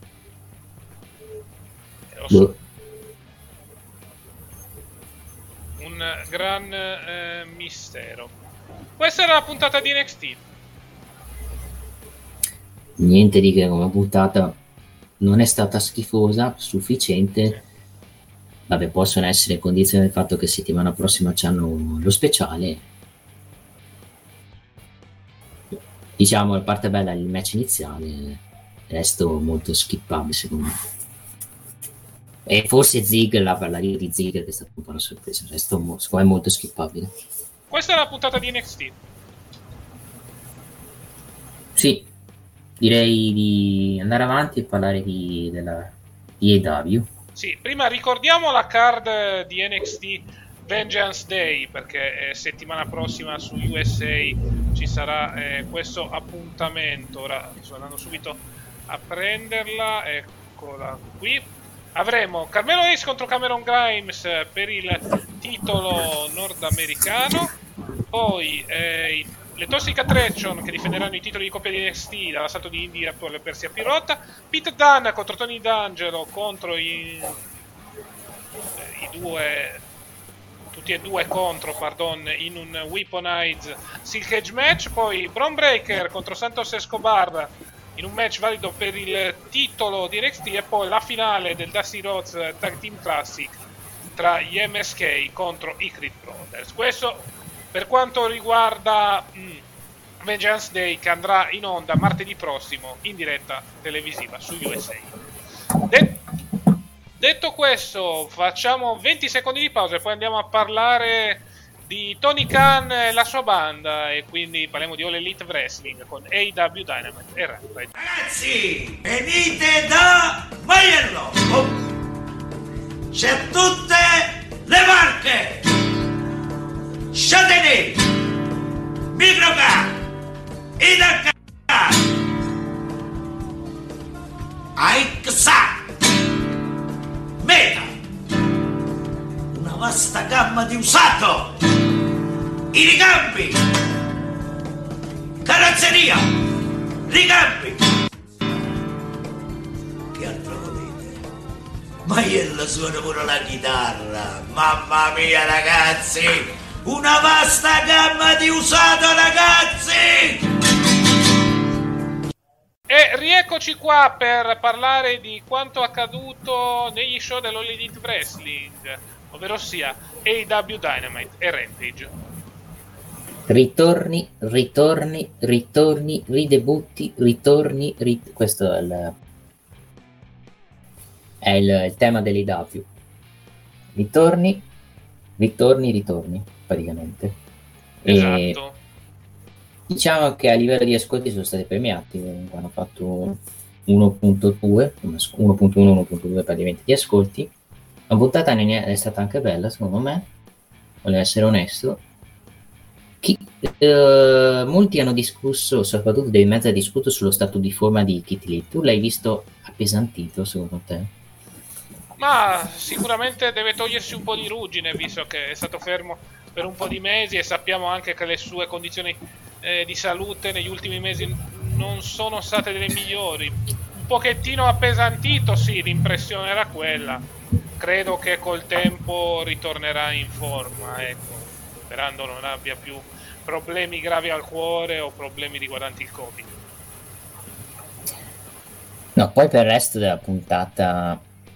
Un gran mistero. Questa era la puntata di NXT. Niente di che, come puntata non è stata schifosa, sufficiente. Vabbè, possono essere condizioni del fatto che settimana prossima c'hanno lo speciale. Diciamo, la parte bella è il match iniziale, il resto molto skippabile secondo me. E forse Ziggler, per la rio di Ziggler, che è stata un po' una sorpresa, il resto secondo me è molto skippabile. Questa è la puntata di NXT. Sì, direi di andare avanti e parlare della AEW. Sì, prima ricordiamo la card di NXT Vengeance Day, perché settimana prossima su USA ci sarà questo appuntamento. Ora sto andando subito a prenderla, eccola qui. Avremo Carmelo Hayes contro Cameron Grimes per il titolo nordamericano, poi le Toxic Attraction che difenderanno i titoli di coppia di NXT dall'assalto di Indy Hartwell e Persia Pirotta, Pete Dunne contro Tony D'Angelo contro i due, tutti e due contro, in un Weaponized Steel Cage match, poi Bron Breakker contro Santos Escobar in un match valido per il titolo di NXT, e poi la finale del Dusty Rhodes Tag Team Classic tra gli MSK contro i Creed Brothers. Questo per quanto riguarda Vengeance Day, che andrà in onda martedì prossimo in diretta televisiva su USA. Detto questo, facciamo 20 secondi di pausa e poi andiamo a parlare di Tony Khan e la sua banda, e quindi parliamo di All Elite Wrestling con AEW Dynamite e Rampage. Ragazzi, venite da Maiello! C'è tutte le marche! Châtenay, Microcar, Idacar, Aixa, Meta, una vasta gamma di usato, i ricambi, carrozzeria, ricambi. Che altro volete? Maiello suona pure la chitarra, mamma mia ragazzi! Una vasta gamma di usato, ragazzi! E rieccoci qua per parlare di quanto accaduto negli show dell'All Elite Wrestling, ovvero sia AEW Dynamite e Rampage. Ritorni, ridebutti, questo è il tema dell'AEW. Ritorni, praticamente. Esatto. E diciamo che a livello di ascolti sono stati premiati, hanno fatto 1.2, 1.2 praticamente di ascolti. La puntata è stata anche bella, secondo me, voglio essere onesto. Molti hanno discusso, soprattutto dei mezzi hanno discusso sullo stato di forma di Keith Lee. Tu l'hai visto appesantito, secondo te? Ma sicuramente deve togliersi un po' di ruggine, visto che è stato fermo per un po' di mesi, e sappiamo anche che le sue condizioni di salute negli ultimi mesi non sono state delle migliori. Un pochettino appesantito, sì, l'impressione era quella. Credo che col tempo ritornerà in forma, ecco, sperando non abbia più problemi gravi al cuore o problemi riguardanti il Covid. No, poi per il resto della puntata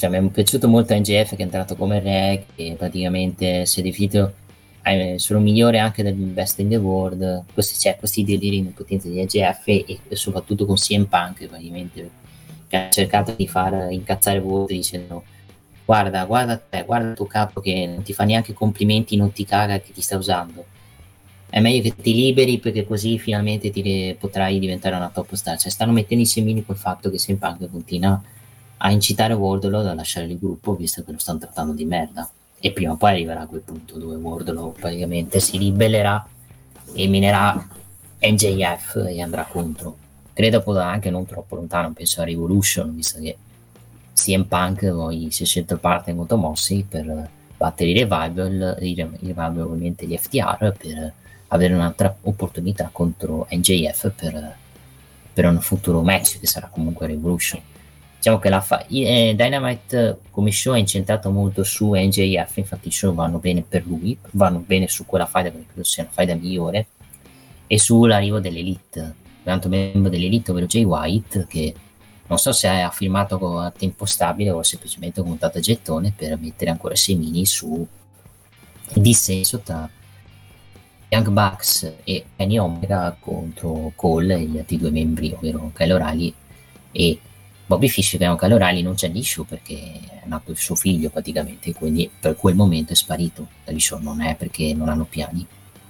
Cioè, mi è piaciuto molto NJF che è entrato come re, che praticamente si è definito sono migliore anche del Best in the World. Questi deliri in potenza di NJF e soprattutto con CM Punk praticamente, che ha cercato di far incazzare Ward dicendo guarda te, guarda il tuo capo che non ti fa neanche complimenti, non ti caga che ti sta usando. È meglio che ti liberi perché così finalmente potrai diventare una top star. Cioè stanno mettendo i semini col fatto che CM Punk continua a incitare Wardlow a lasciare il gruppo visto che lo stanno trattando di merda, e prima o poi arriverà a quel punto dove Wardlow praticamente si ribellerà, eliminerà NJF e andrà contro, credo potrà anche non troppo lontano, penso a Revolution, visto che CM Punk poi si è scelto il partner molto mossi per battere i Revival ovviamente gli FTR, per avere un'altra opportunità contro NJF per un futuro match che sarà comunque Revolution. Diciamo che Dynamite come show è incentrato molto su NJF, infatti i show vanno bene per lui, vanno bene su quella faida perché credo sia una faida migliore, e sull'arrivo dell'Elite, l'altro membro dell'Elite ovvero Jay White, che non so se ha firmato a tempo stabile o semplicemente ha montato a gettone per mettere ancora semini su il dissenso tra Young Bucks e Kenny Omega contro Cole e gli altri due membri ovvero Kyle O'Reilly e Bobby Fish, che Kyle O'Reilly non c'è negli show perché è nato il suo figlio praticamente, quindi per quel momento è sparito dagli show, non è perché non hanno piani.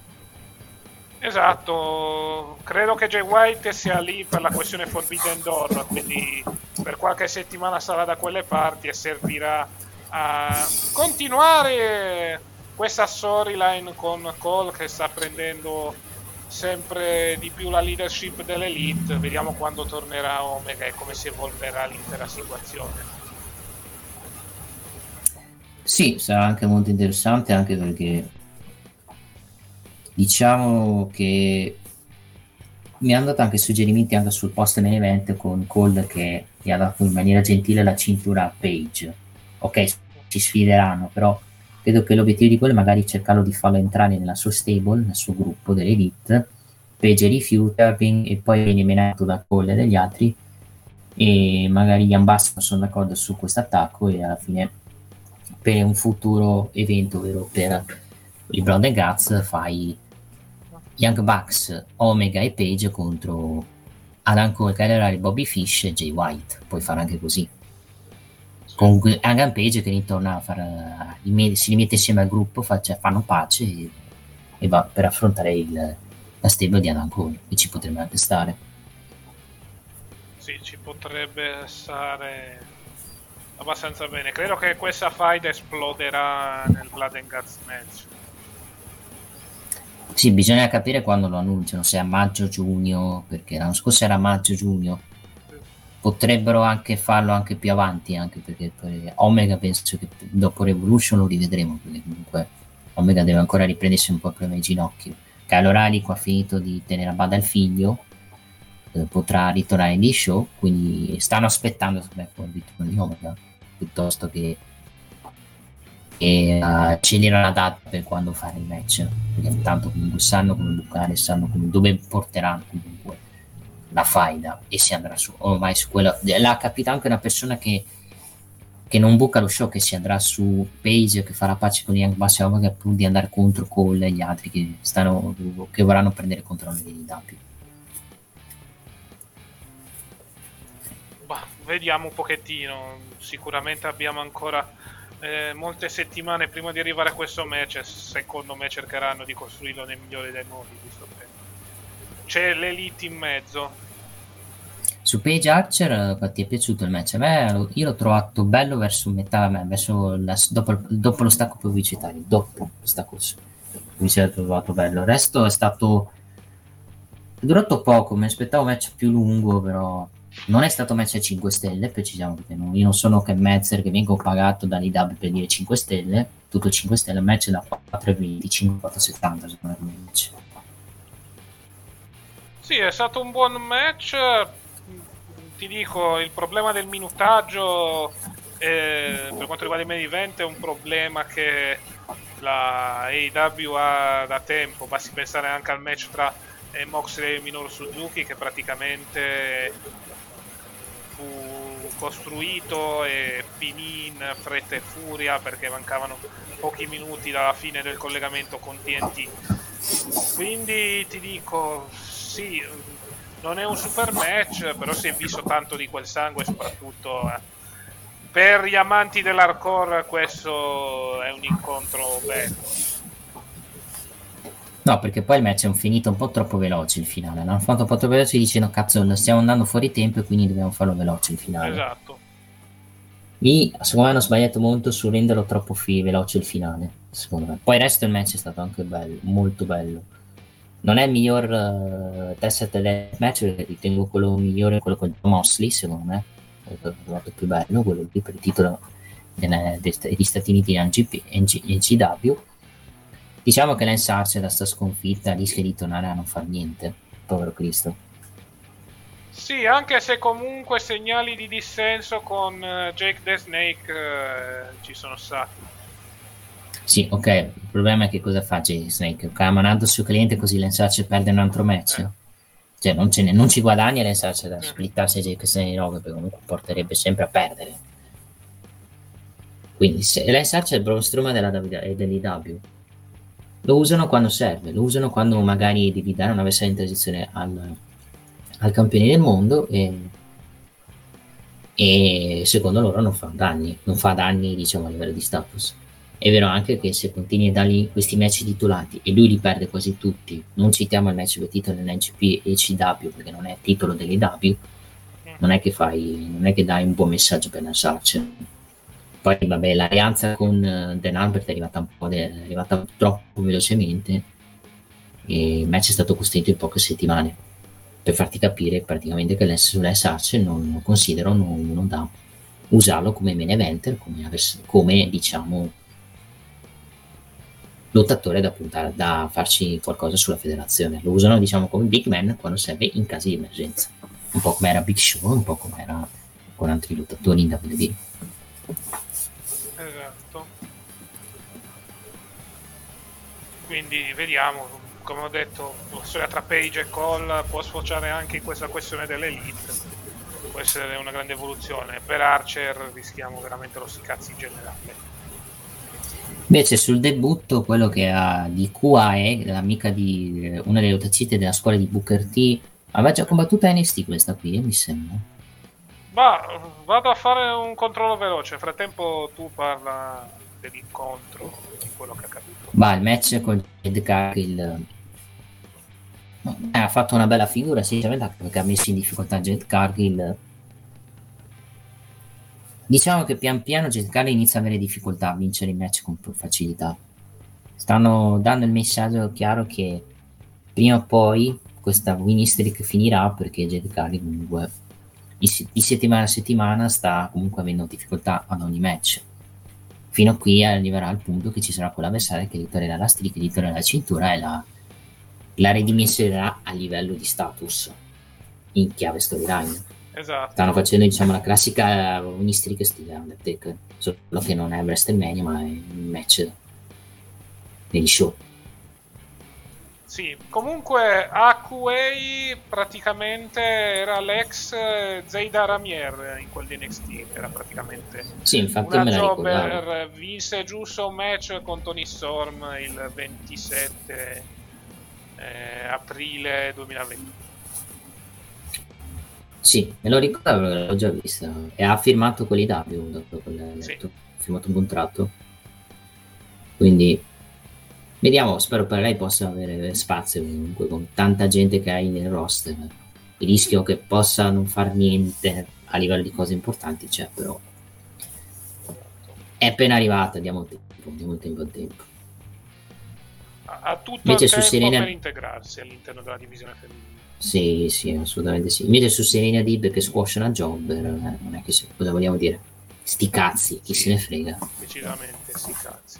Esatto, credo che Jay White sia lì per la questione Forbidden Door, quindi per qualche settimana sarà da quelle parti e servirà a continuare questa storyline con Cole che sta prendendo sempre di più la leadership dell'Elite. Vediamo quando tornerà Omega e come si evolverà l'intera situazione. Sì, sarà anche molto interessante, anche perché diciamo che mi hanno dato anche suggerimenti anche sul post main event con Cole che gli ha dato in maniera gentile la cintura a Page. Ok, ci sfideranno, però credo che l'obiettivo di quello è magari cercarlo di farlo entrare nella sua stable, nel suo gruppo dell'Elite. Page rifiuta e poi viene menato da Cole e dagli altri, e magari gli ambassador sono d'accordo su questo attacco, e alla fine per un futuro evento, ovvero per il Blood and Guts, fai Young Bucks, Omega e Page contro Adam Cole, Kyle O'Reilly, Bobby Fish e Jay White. Puoi fare anche così. Comunque Adam Page che ritorna a si rimette insieme al gruppo, fanno pace e va per affrontare la stable di Adam Cole, che ci potrebbe anche stare. Sì, ci potrebbe stare abbastanza bene. Credo che questa fight esploderà nel Blood and Guts match. Sì, bisogna capire quando lo annunciano, se è a maggio-giugno, perché l'anno scorso era maggio-giugno. Potrebbero anche farlo anche più avanti, anche perché Omega penso che dopo Revolution lo rivedremo, perché comunque Omega deve ancora riprendersi un po' il problema ai ginocchi. Kyle O'Reilly qua ha finito di tenere a bada il figlio, potrà ritornare negli show, quindi stanno aspettando il ritorno di Omega piuttosto che accelerare la data per quando fare il match, perché intanto comunque sanno come bucare, sanno dove porteranno comunque la faida, e si andrà ormai su quello. L'ha capito anche una persona che non buca lo show, che si andrà su Page, che farà pace con Young Bucks, pur di andare contro Cole e gli altri che vorranno prendere controllo dei DW. Vediamo un pochettino, sicuramente abbiamo ancora molte settimane prima di arrivare a questo match. Secondo me cercheranno di costruirlo nel migliore dei modi, visto che c'è l'Elite in mezzo. Su Page Archer ti è piaciuto il match? A me io l'ho trovato bello verso metà, dopo lo stacco pubblicitario, mi si è trovato bello. Il resto è durato poco, mi aspettavo un match più lungo, però non è stato match a 5 stelle, precisiamo, perché io non sono Ken Metzer che vengo pagato dall'IW per dire 5 stelle, tutto 5 stelle, il match da 4,25, 4,70 secondo me. Sì, è stato un buon match. Ti dico, il problema del minutaggio per quanto riguarda il main event è un problema che la AEW ha da tempo. Basti pensare anche al match tra Moxley e Minoru Suzuki, che praticamente fu costruito e finì in fretta e furia perché mancavano pochi minuti dalla fine del collegamento con TNT. Quindi ti dico, sì, non è un super match, però si è visto tanto di quel sangue, soprattutto per gli amanti dell'hardcore questo è un incontro bello. No, perché poi il match è finito un po' troppo veloce il finale. L'hanno fatto un po' troppo veloce dicendo cazzo, stiamo andando fuori tempo e quindi dobbiamo farlo veloce il finale. Esatto. Secondo me hanno sbagliato molto su renderlo troppo veloce il finale, secondo me. Poi il resto del match è stato anche bello, molto bello. Non è il miglior test del match, perché ritengo quello migliore quello con Mosley, secondo me. È molto più bello, quello lì per il titolo degli Stati Uniti NGW. Diciamo che Lance Archer da sta sconfitta rischia di tornare a non far niente, povero Cristo. Sì, anche se comunque segnali di dissenso con Jake the Snake ci sono stati. Sì, ok, il problema è che cosa fa Jake the Snake? Ha manato sul cliente così Lance Archer perde un altro match. Cioè non ci guadagna Lance Archer da splittarsi a Jake the Snake perché comunque porterebbe sempre a perdere. Quindi se Lance Archer è il Braun Strowman dell'IW. Lo usano quando serve, lo usano quando magari devi dare una versione in transizione al campione del mondo e secondo loro non fa danni diciamo a livello di status. È vero anche che se continui a dargli questi match titolati e lui li perde quasi tutti, non citiamo il match per titolo dell'NGP e CW perché non è titolo dell'IW, non è che dai un buon messaggio per Lance Archer. Poi vabbè, l'alleanza con Dan Albert è arrivata troppo velocemente e il match è stato costruito in poche settimane per farti capire praticamente che su Lance Archer non considerano uno da usarlo come main eventer, come diciamo lottatore da puntare, da farci qualcosa sulla federazione. Lo usano diciamo come big man quando serve in casi di emergenza, un po' come era Big Show, un po' come era con altri lottatori in WWE. Esatto. Quindi vediamo, come ho detto, la storia tra Page e Cole può sfociare anche in questa questione dell'elite, può essere una grande evoluzione. Per Archer rischiamo veramente lo schicazzi generale. Invece sul debutto quello che ha di QAE, l'amica di una delle lottatrici della scuola di Booker T, aveva già combattuto a NXT questa qui, mi sembra. Ma vado a fare un controllo veloce, nel frattempo tu parla dell'incontro, di quello che è accaduto. Il match con Jade Cargill ha fatto una bella figura, sinceramente, perché ha messo in difficoltà Jade Cargill. Diciamo che pian piano Jade Cargill inizia a avere difficoltà a vincere i match con facilità. Stanno dando il messaggio chiaro che prima o poi questa winning streak finirà, perché Jade Cargill comunque di settimana a settimana sta comunque avendo difficoltà ad ogni match, fino a qui arriverà al punto che ci sarà quell'avversario che ritornerà la streak, ritornerà la cintura e la ridimensionerà a livello di status in chiave storyline. Esatto. Stanno facendo diciamo la classica winning streak stile Undertaker, solo che non è WrestleMania ma è un match degli show. Sì, comunque AQA praticamente era l'ex Zeida Ramier in quel di NXT, era praticamente sì, infatti una me la jobber, vinse giusto un match con Tony Storm il 27 aprile 2020. Sì, me lo ricordavo, l'ho già vista e ha firmato con l'IW dopo sì. Ha firmato un contratto, quindi vediamo, spero per lei possa avere spazio comunque con tanta gente che hai nel roster. Il rischio che possa non far niente a livello di cose importanti c'è, però è appena arrivata, diamo tempo al tempo. Ha tutto invece il su tempo Serena per integrarsi all'interno della divisione femminile. Sì, assolutamente sì. Invece su Serena Deeb che squascia una jobber, non è che cosa vogliamo dire? Sti cazzi, chi se ne frega. Decisamente sti cazzi.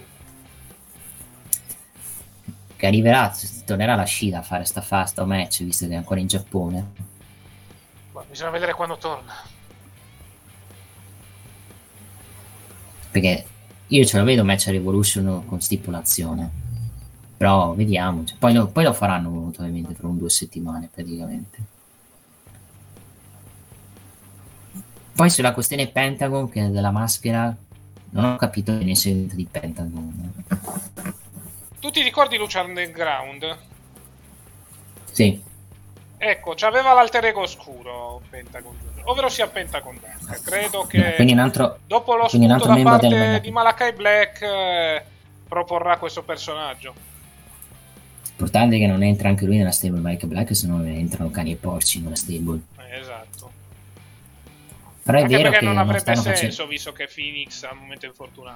Che arriverà, tornerà la Shida a fare sto match, visto che è ancora in Giappone. Ma bisogna vedere quando torna. Perché io ce lo vedo match a Revolution con stipulazione. Però vediamo, cioè, poi lo faranno ovviamente fra 2 settimane praticamente. Poi sulla questione Pentagon, che è della maschera, non ho capito bene il segreto di Pentagon. Tu ti ricordi Lucha Underground? Sì. Ecco, c'aveva l'alter ego oscuro Pentagon, ovvero sia Pentagon Dark. Credo che Quindi un altro, dopo lo quindi un spunto altro da membro del parte Maniac. di Malakai Black proporrà questo personaggio. Importante che non entra anche lui nella stable Mike Black, se no entrano cani e porci nella stable. Esatto. Però è Anche vero perché che non avrebbe stanno senso, facendo... visto che Phoenix al momento è infortunato.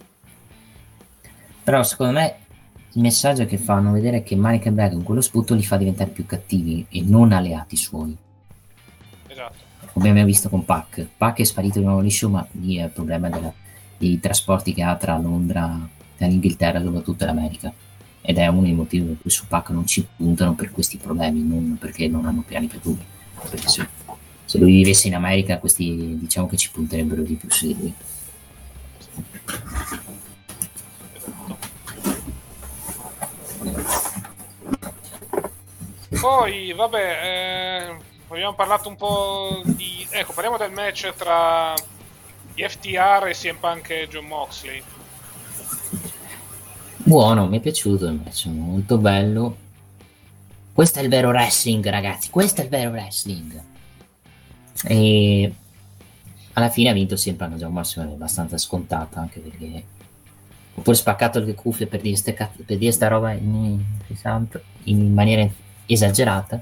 Però secondo me il messaggio che fanno vedere è che Mike Black con quello sputo li fa diventare più cattivi e non alleati suoi. Esatto. Come abbiamo visto con Pac. Pac è sparito di nuovo liscio, ma lì è il problema dei trasporti che ha tra Londra e l'Inghilterra, soprattutto l'America. Ed è uno dei motivi per cui su Pac non ci puntano, per questi problemi, non perché non hanno piani per lui. Perché se lui vivesse in America, questi diciamo che ci punterebbero di più su di lui. Poi, vabbè, abbiamo parlato un po' di... Ecco, parliamo del match tra gli FTR e CM Punk e Jon Moxley. Buono, mi è piaciuto il match, molto bello. Questo è il vero wrestling, ragazzi, questo è il vero wrestling. E alla fine ha vinto CM Punk. Jon Moxley è abbastanza scontato, anche perché ho pure spaccato le cuffie per dire sta roba in maniera esagerata.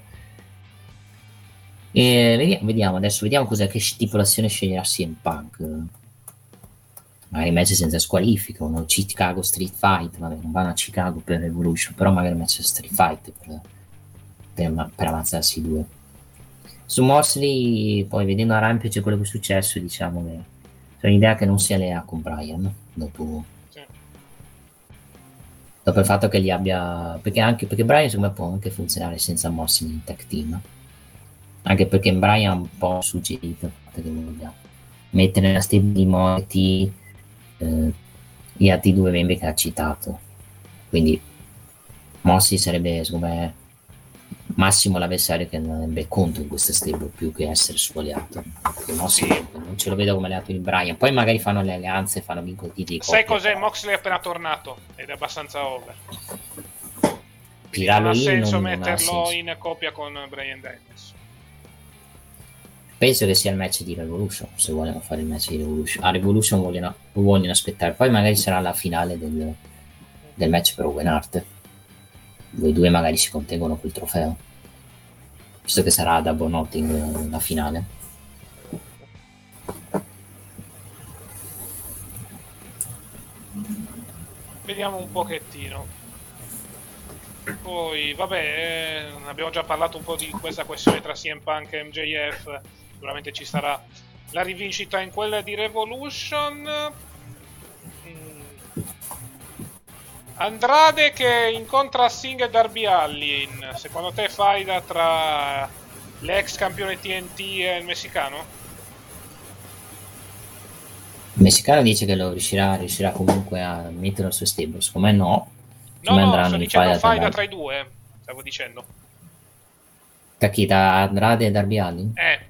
E vediamo adesso, vediamo che stipulazione sceglierà CM Punk. Magari match senza squalifica, uno Chicago Street Fight, magari non vanno a Chicago per Revolution, però magari match Street Fight per avanzarsi due. Su Moxley, poi vedendo a Rampage quello che è successo, diciamo che c'è un'idea che non si allea con Bryan dopo il fatto che gli abbia, perché Bryan secondo me può anche funzionare senza Moxley in tag team, anche perché Bryan ha un po' suggerito il fatto che voglia mettere nella stable di Morty gli altri due membri che ha citato, quindi Moxley sarebbe secondo me massimo l'avversario che andrebbe contro in questa stable più che essere suo alleato. Moxley non ce lo vedo come alleato di Bryan, poi magari fanno le alleanze, fanno vincoli di sai cos'è? Moxley è appena tornato ed è abbastanza over, tirarlo non ha in senso non metterlo in coppia con Bryan Daniels. Penso che sia il match di Revolution, se vogliono fare il match di Revolution. A Revolution vogliono aspettare, poi magari sarà la finale del match per Owen Hart. Voi due magari si contengono quel trofeo, visto che sarà a Double Notting la finale. Vediamo un pochettino. Poi vabbè, abbiamo già parlato un po' di questa questione tra CM Punk e MJF. Sicuramente ci sarà la rivincita in quella di Revolution. Andrade che incontra Singh e Darby Allin. Secondo te faida tra l'ex campione TNT e il messicano? Il messicano dice che lo riuscirà comunque a metterlo su stable. Secondo me no. No, sto dicendo faida tra i due. Stavo dicendo. Da chi? Da Andrade e Darby Allin?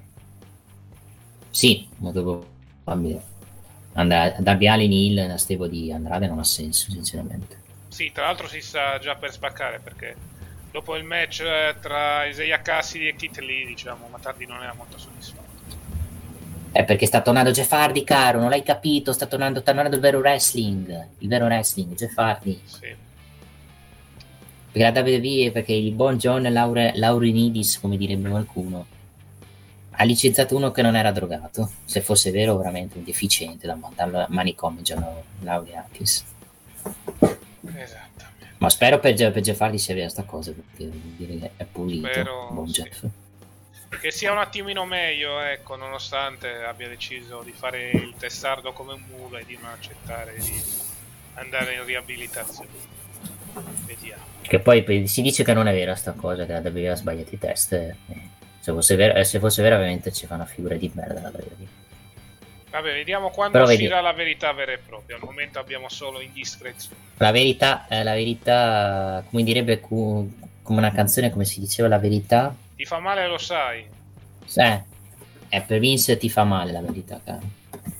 Sì, molto probabile. Darby Allin Hill nella stable di Andrade non ha senso, sinceramente. Sì, tra l'altro si sta già per spaccare, perché dopo il match tra Isaiah Cassidy e Keith Lee, diciamo, Matardi non era molto soddisfatto. Perché sta tornando Jeff Hardy, caro, non l'hai capito? Sta tornando il vero wrestling. Il vero wrestling, Jeff Hardy. Sì. Perché la WWE, perché il buon John Laurinidis, come direbbe qualcuno, ha licenziato uno che non era drogato. Se fosse vero, veramente un deficiente da mandarlo a manicomio, John Laurinidis. Esattamente. Ma spero per Jeff Hardy sia vera sta cosa, perché vuol dire che è pulito. Spero, buon sì. Jeff. Che sia un attimino meglio, ecco, nonostante abbia deciso di fare il testardo come un mulo e di non accettare di andare in riabilitazione. Vediamo. Che poi si dice che non è vera sta cosa, che la WWE ha sbagliato i test. Se fosse vera ovviamente ci fa una figura di merda la WWE. Vabbè, vediamo quando uscirà la verità vera e propria. Al momento abbiamo solo indiscrezioni. La verità, come direbbe come una canzone, come si diceva, la verità. Ti fa male, lo sai. Per Vince ti fa male la verità, caro.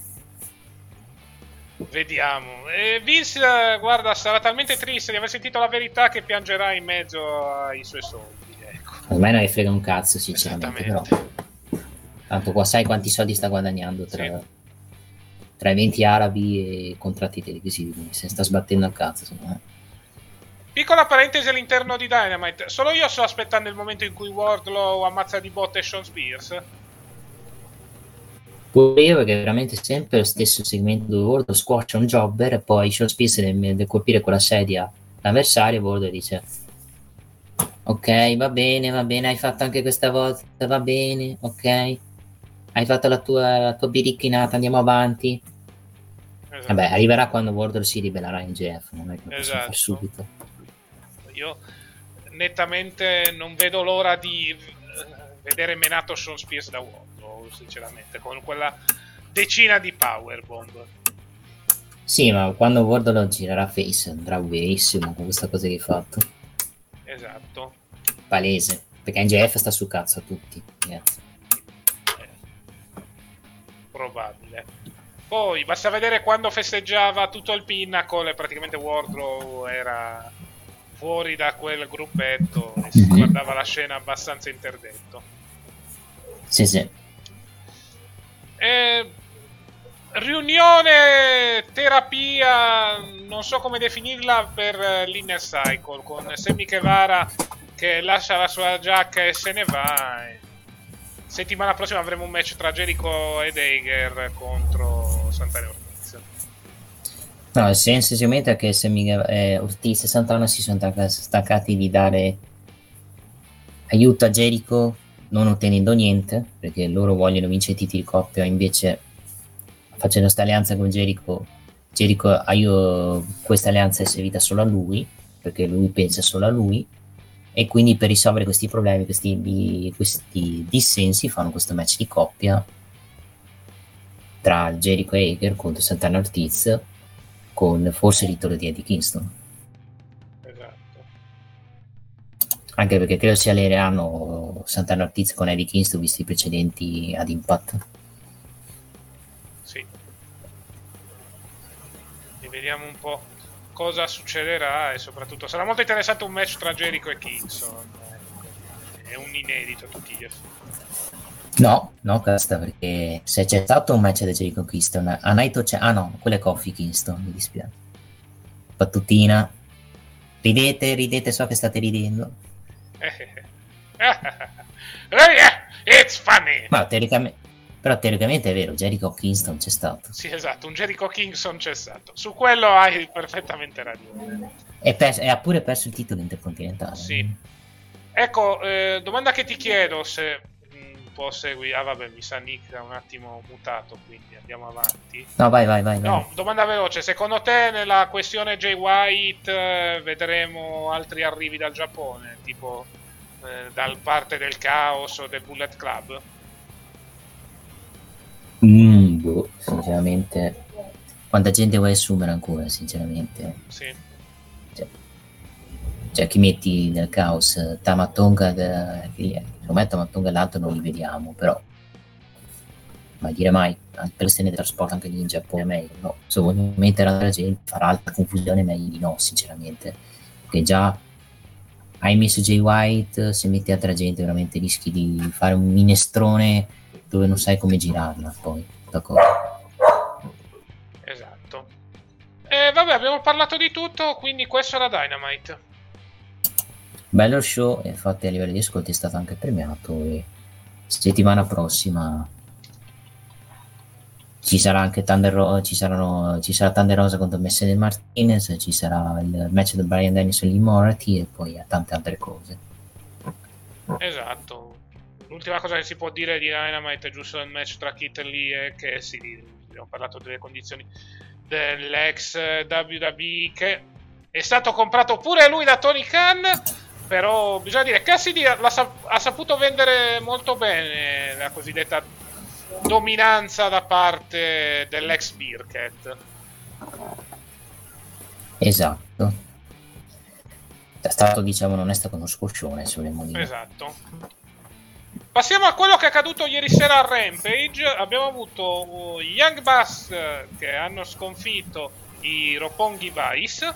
Vediamo. Vince, guarda, sarà talmente triste di aver sentito la verità che piangerà in mezzo ai suoi soldi. Ecco. Ormai non ne frega un cazzo, sinceramente, però. Tanto qua sai quanti soldi sta guadagnando tra eventi arabi e contratti televisivi. Se sta sbattendo al cazzo, secondo me. Piccola parentesi all'interno di Dynamite. Solo io sto aspettando il momento in cui Wardlow ammazza di botte Sean Spears. Pure io, perché è veramente sempre lo stesso segmento dove Wardlow squascia un jobber e poi Sean Spears deve colpire con la sedia l'avversario e Wardlow dice ok, va bene, hai fatto anche questa volta, va bene, ok, hai fatto la tua birichinata, andiamo avanti. Esatto. Vabbè, arriverà quando Wardlow si ribellerà in GF, non è che lo possiamo fare subito. Io nettamente non vedo l'ora di vedere menato Sean Spears da Wardlow, sinceramente, con quella decina di powerbomb. Sì, ma quando Wardlow girerà face andrà benissimo con questa cosa che hai fatto. Esatto. Palese, perché NJF sta sul cazzo a tutti. Probabile. Poi basta vedere quando festeggiava tutto il Pinnacle e praticamente Wardlow era fuori da quel gruppetto e si guardava la scena abbastanza interdetto. Sì. Riunione terapia, non so come definirla, per l'Inner Cycle, con Sammy Guevara che lascia la sua giacca e se ne va. Settimana prossima avremo un match tra Jericho ed Hager contro Santana e Ortiz. No, il senso sicuramente è che Sammy Ortiz e Santana si sono staccati di dare aiuto a Jericho non ottenendo niente, perché loro vogliono vincere i titoli di coppia, invece facendo questa alleanza con Jericho questa alleanza è servita solo a lui, perché lui pensa solo a lui, e quindi per risolvere questi problemi, questi dissensi, fanno questo match di coppia tra Jericho e Hager contro Santana Ortiz, con forse il ritorno di Eddie Kingston. Esatto. Anche perché credo si alleneranno Santana Ortiz con Eddie Kingston, visti i precedenti ad Impact. Sì. E vediamo un po' cosa succederà, e soprattutto sarà molto interessante un match tra Jericho e Kingston. È un inedito a tutti gli effetti. No, Casta, perché se c'è stato un match da Jericho Kingston a Naito c'è... Ah no, quello è Kofi Kingston, mi dispiace. Battutina. Ridete, so che state ridendo. It's funny. Ma teoricamente è vero, Jericho Kingston c'è stato. Sì, esatto, un Jericho Kingston c'è stato. Su quello hai perfettamente ragione. E ha pure perso il titolo intercontinentale. Sì. Ecco, domanda che ti chiedo, se un po' segui... Ah vabbè, mi sa Nick è un attimo mutato, quindi andiamo avanti. No, vai. No, domanda veloce. Secondo te nella questione Jay White vedremo altri arrivi dal Giappone, tipo dal parte del Chaos o del Bullet Club? Sinceramente, quanta gente vuoi assumere ancora, sinceramente? Sì. Cioè chi metti nel Chaos? Tamatonga, secondo me Tamatonga e l'altro non li vediamo, però mai dire mai, per questione del trasporto anche lì in Giappone è meglio, no? Se vuoi mettere altra gente, farà altra confusione, meglio di no, sinceramente, perché già hai messo Jay White, se metti altra gente veramente rischi di fare un minestrone dove non sai come girarla poi, d'accordo? Esatto. Vabbè, abbiamo parlato di tutto, quindi questo era Dynamite. Bello show, e infatti a livello di ascolti è stato anche premiato, e settimana prossima ci sarà anche ci sarà Thunder Rosa contro Mercedes Martinez, ci sarà il match di Bryan Danielson e Lee Moriarty e poi tante altre cose. Esatto. L'ultima cosa che si può dire di Dynamite è giusto il match tra Keith Lee e Cassidy. Abbiamo parlato delle condizioni dell'ex WWE, che è stato comprato pure lui da Tony Khan, però bisogna dire che Cassidy ha saputo vendere molto bene la cosiddetta dominanza da parte dell'ex Bearcat. Esatto. È stato, diciamo, non è stato uno scoscione, se vogliamo dire. Esatto. Passiamo a quello che è accaduto ieri sera a Rampage. Abbiamo avuto i Young Bucks che hanno sconfitto i Roppongi Vice.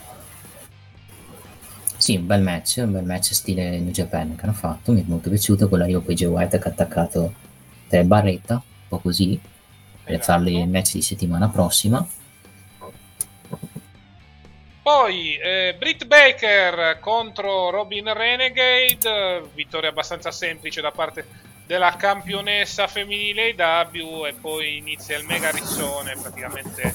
Sì, un bel match stile New Japan che hanno fatto, mi è molto piaciuto, con l'arrivo poi Jay White che ha attaccato tre barretta, un po' così, per farli il match di settimana prossima. Poi Britt Baker contro Robin Renegade, vittoria abbastanza semplice da parte della campionessa femminile AEW, e poi inizia il mega rizzone, praticamente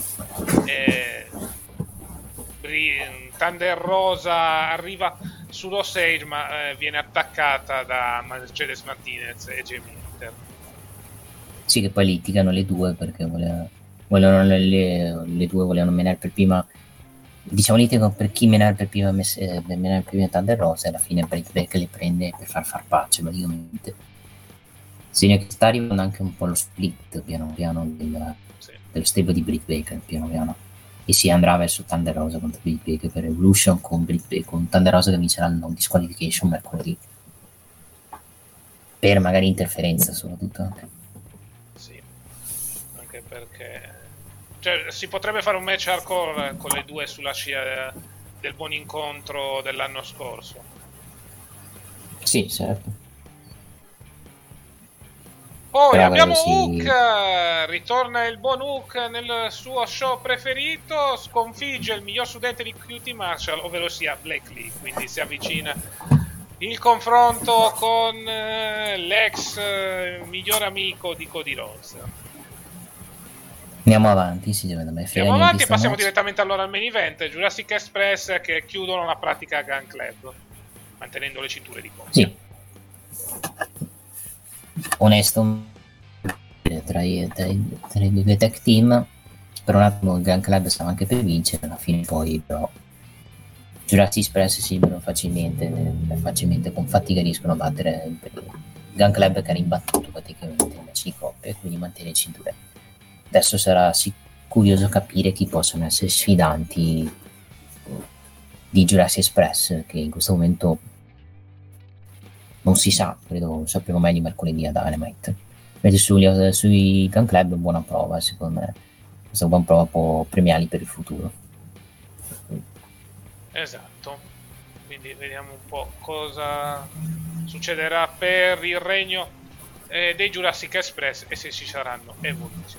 Thunder Rosa arriva sullo stage ma viene attaccata da Mercedes Martinez e Jamie Inter. Sì, che poi litigano le due perché le due volevano menare per prima, diciamo litigano per chi menare per prima Thunder Rosa, e alla fine Britt Baker le prende per far pace praticamente. Segno che sta arrivando anche un po' lo split piano piano dello stable di Britt Baker piano piano, e si andrà verso Thunder Rosa contro Britt Baker per Evolution, con Thunder Rosa che vincerà il no disqualification mercoledì per magari interferenza soprattutto anche. Sì, anche perché si potrebbe fare un match hardcore con le due sulla scia del buon incontro dell'anno scorso. Sì, certo. Poi abbiamo Hook, ritorna il buon Hook nel suo show preferito, sconfigge il miglior studente di QT Marshall, ovvero sia Black Lee, quindi si avvicina il confronto con l'ex miglior amico di Cody Rhodes. Andiamo avanti, andiamo avanti e passiamo direttamente allora al main event, Jurassic Express che chiudono la pratica Gun Club, mantenendo le cinture di coppia. Sì. Onesto tra i due tech team, per un attimo il Gun Club stava anche per vincere, alla fine poi però Jurassic Express si liberano facilmente, con fatica riescono a battere il Gun Club che ha rimbattuto praticamente il match di coppia e quindi mantiene le cinture. Adesso sarà curioso capire chi possono essere sfidanti di Jurassic Express, che in questo momento non si sa, credo lo sapremo meglio mercoledì a Dynamite. Invece sui Gun Club è buona prova, secondo me. Questa buona prova può premiarli per il futuro. Esatto. Quindi vediamo un po' cosa succederà per il regno dei Jurassic Express e se ci saranno evoluzioni.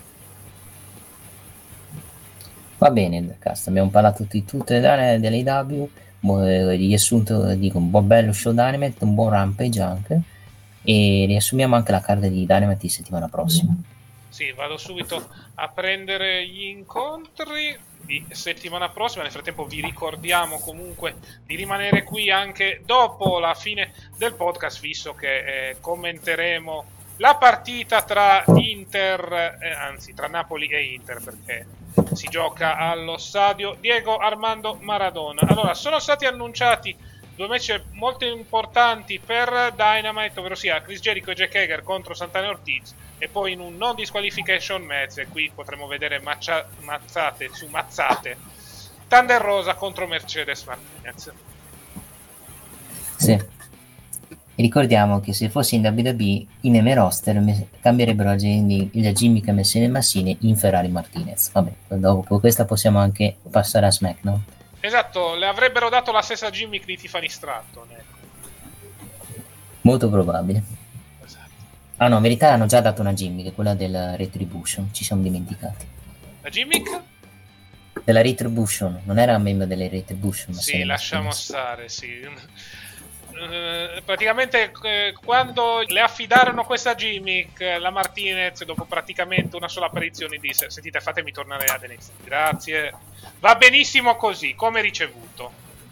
Va bene, cast, abbiamo parlato di tutte delle AEW. Riassunto, dico, un buon bello show Dynamite, un buon Rampage anche, e riassumiamo anche la carta di Dynamite di settimana prossima. Sì, vado subito a prendere gli incontri di settimana prossima. Nel frattempo vi ricordiamo comunque di rimanere qui anche dopo la fine del podcast, visto che commenteremo la partita tra tra Napoli e Inter, perché si gioca allo stadio Diego Armando Maradona. Allora, sono stati annunciati due match molto importanti per Dynamite, ovvero sia Chris Jericho e Jack Hager contro Santana e Ortiz, e poi in un non disqualification match, e qui potremo vedere mazzate su mazzate, Thunder Rosa contro Mercedes Martinez. Sì. Ricordiamo che se fosse in WWE i meme roster cambierebbero la gimmick Messina e Massine in Ferrari Martinez. Vabbè, dopo questa possiamo anche passare a SmackDown. Esatto, le avrebbero dato la stessa gimmick di Tiffany Stratton. Molto probabile. Esatto. Ah no, in verità hanno già dato una gimmick, quella della Retribution, ci siamo dimenticati. La gimmick? Della Retribution, non era membro delle Retribution. Sì, lasciamo stare, sì. Praticamente quando le affidarono questa gimmick, la Martinez dopo praticamente una sola apparizione disse: sentite, fatemi tornare ad NXT, grazie, va benissimo così come ricevuto.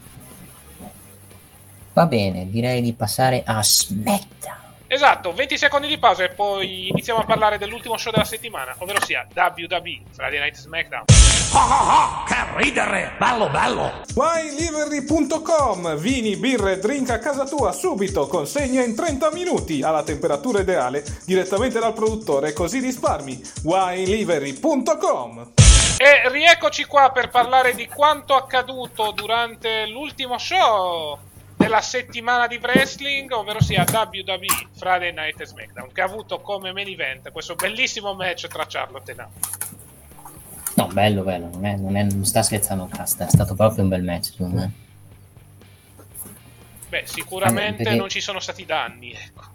Va bene, direi di passare a SmackDown. Esatto, 20 secondi di pausa e poi iniziamo a parlare dell'ultimo show della settimana, ovvero sia WWE Friday Night SmackDown. Che ridere, bello bello. WineLivery.com, vini, birre, drink a casa tua subito, consegna in 30 minuti alla temperatura ideale direttamente dal produttore, così risparmi. WineLivery.com. E rieccoci qua per parlare di quanto accaduto durante l'ultimo show della settimana di wrestling, ovvero sia WWE Friday Night SmackDown, che ha avuto come main event questo bellissimo match tra Charlotte e Naomi. No, bello, non sta scherzando Casta, è stato proprio un bel match, secondo me. Beh, sicuramente perché... non ci sono stati danni, ecco.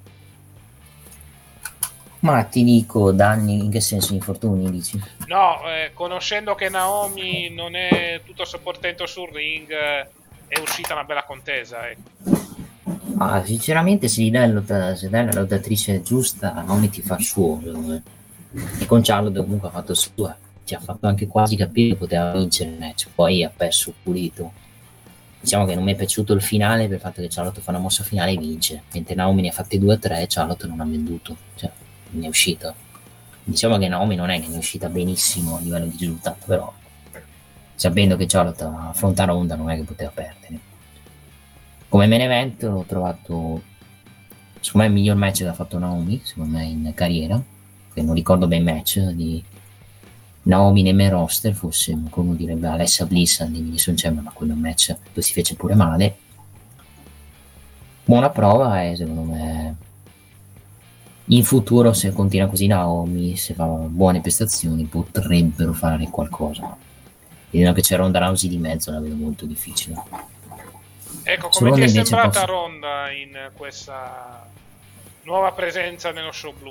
Ma ti dico, danni in che senso, infortuni, dici? No, conoscendo che Naomi non è tutto sopportento sul ring, è uscita una bella contesa, ecco. Ah, sinceramente se dai la lottatrice giusta, Naomi ti fa il suo, secondo me. E con Charlotte comunque ha fatto il suo, ci ha fatto anche quasi capire che poteva vincere il match, poi ha perso pulito. Diciamo che non mi è piaciuto il finale per il fatto che Charlotte fa una mossa finale e vince, mentre Naomi ne ha fatte 2 o 3 e Charlotte non ha venduto, cioè ne è uscita. Diciamo che Naomi non è che ne è uscita benissimo a livello di risultato, però sapendo che Charlotte affronta Ronda non è che poteva perdere. Come main event l'ho trovato, secondo me, il miglior match che ha fatto Naomi, secondo me, in carriera, che non ricordo ben match di Naomi nei main roster, forse come direbbe Alexa Bliss di Madison Chamber, ma quello è un match dove si fece pure male. Buona prova e secondo me in futuro, se continua così Naomi, se fa buone prestazioni, potrebbero fare qualcosa. Vedendo che c'è Ronda Rousey di mezzo, la vedo molto difficile. Ecco, come ti è sembrata Ronda in questa nuova presenza nello show blu?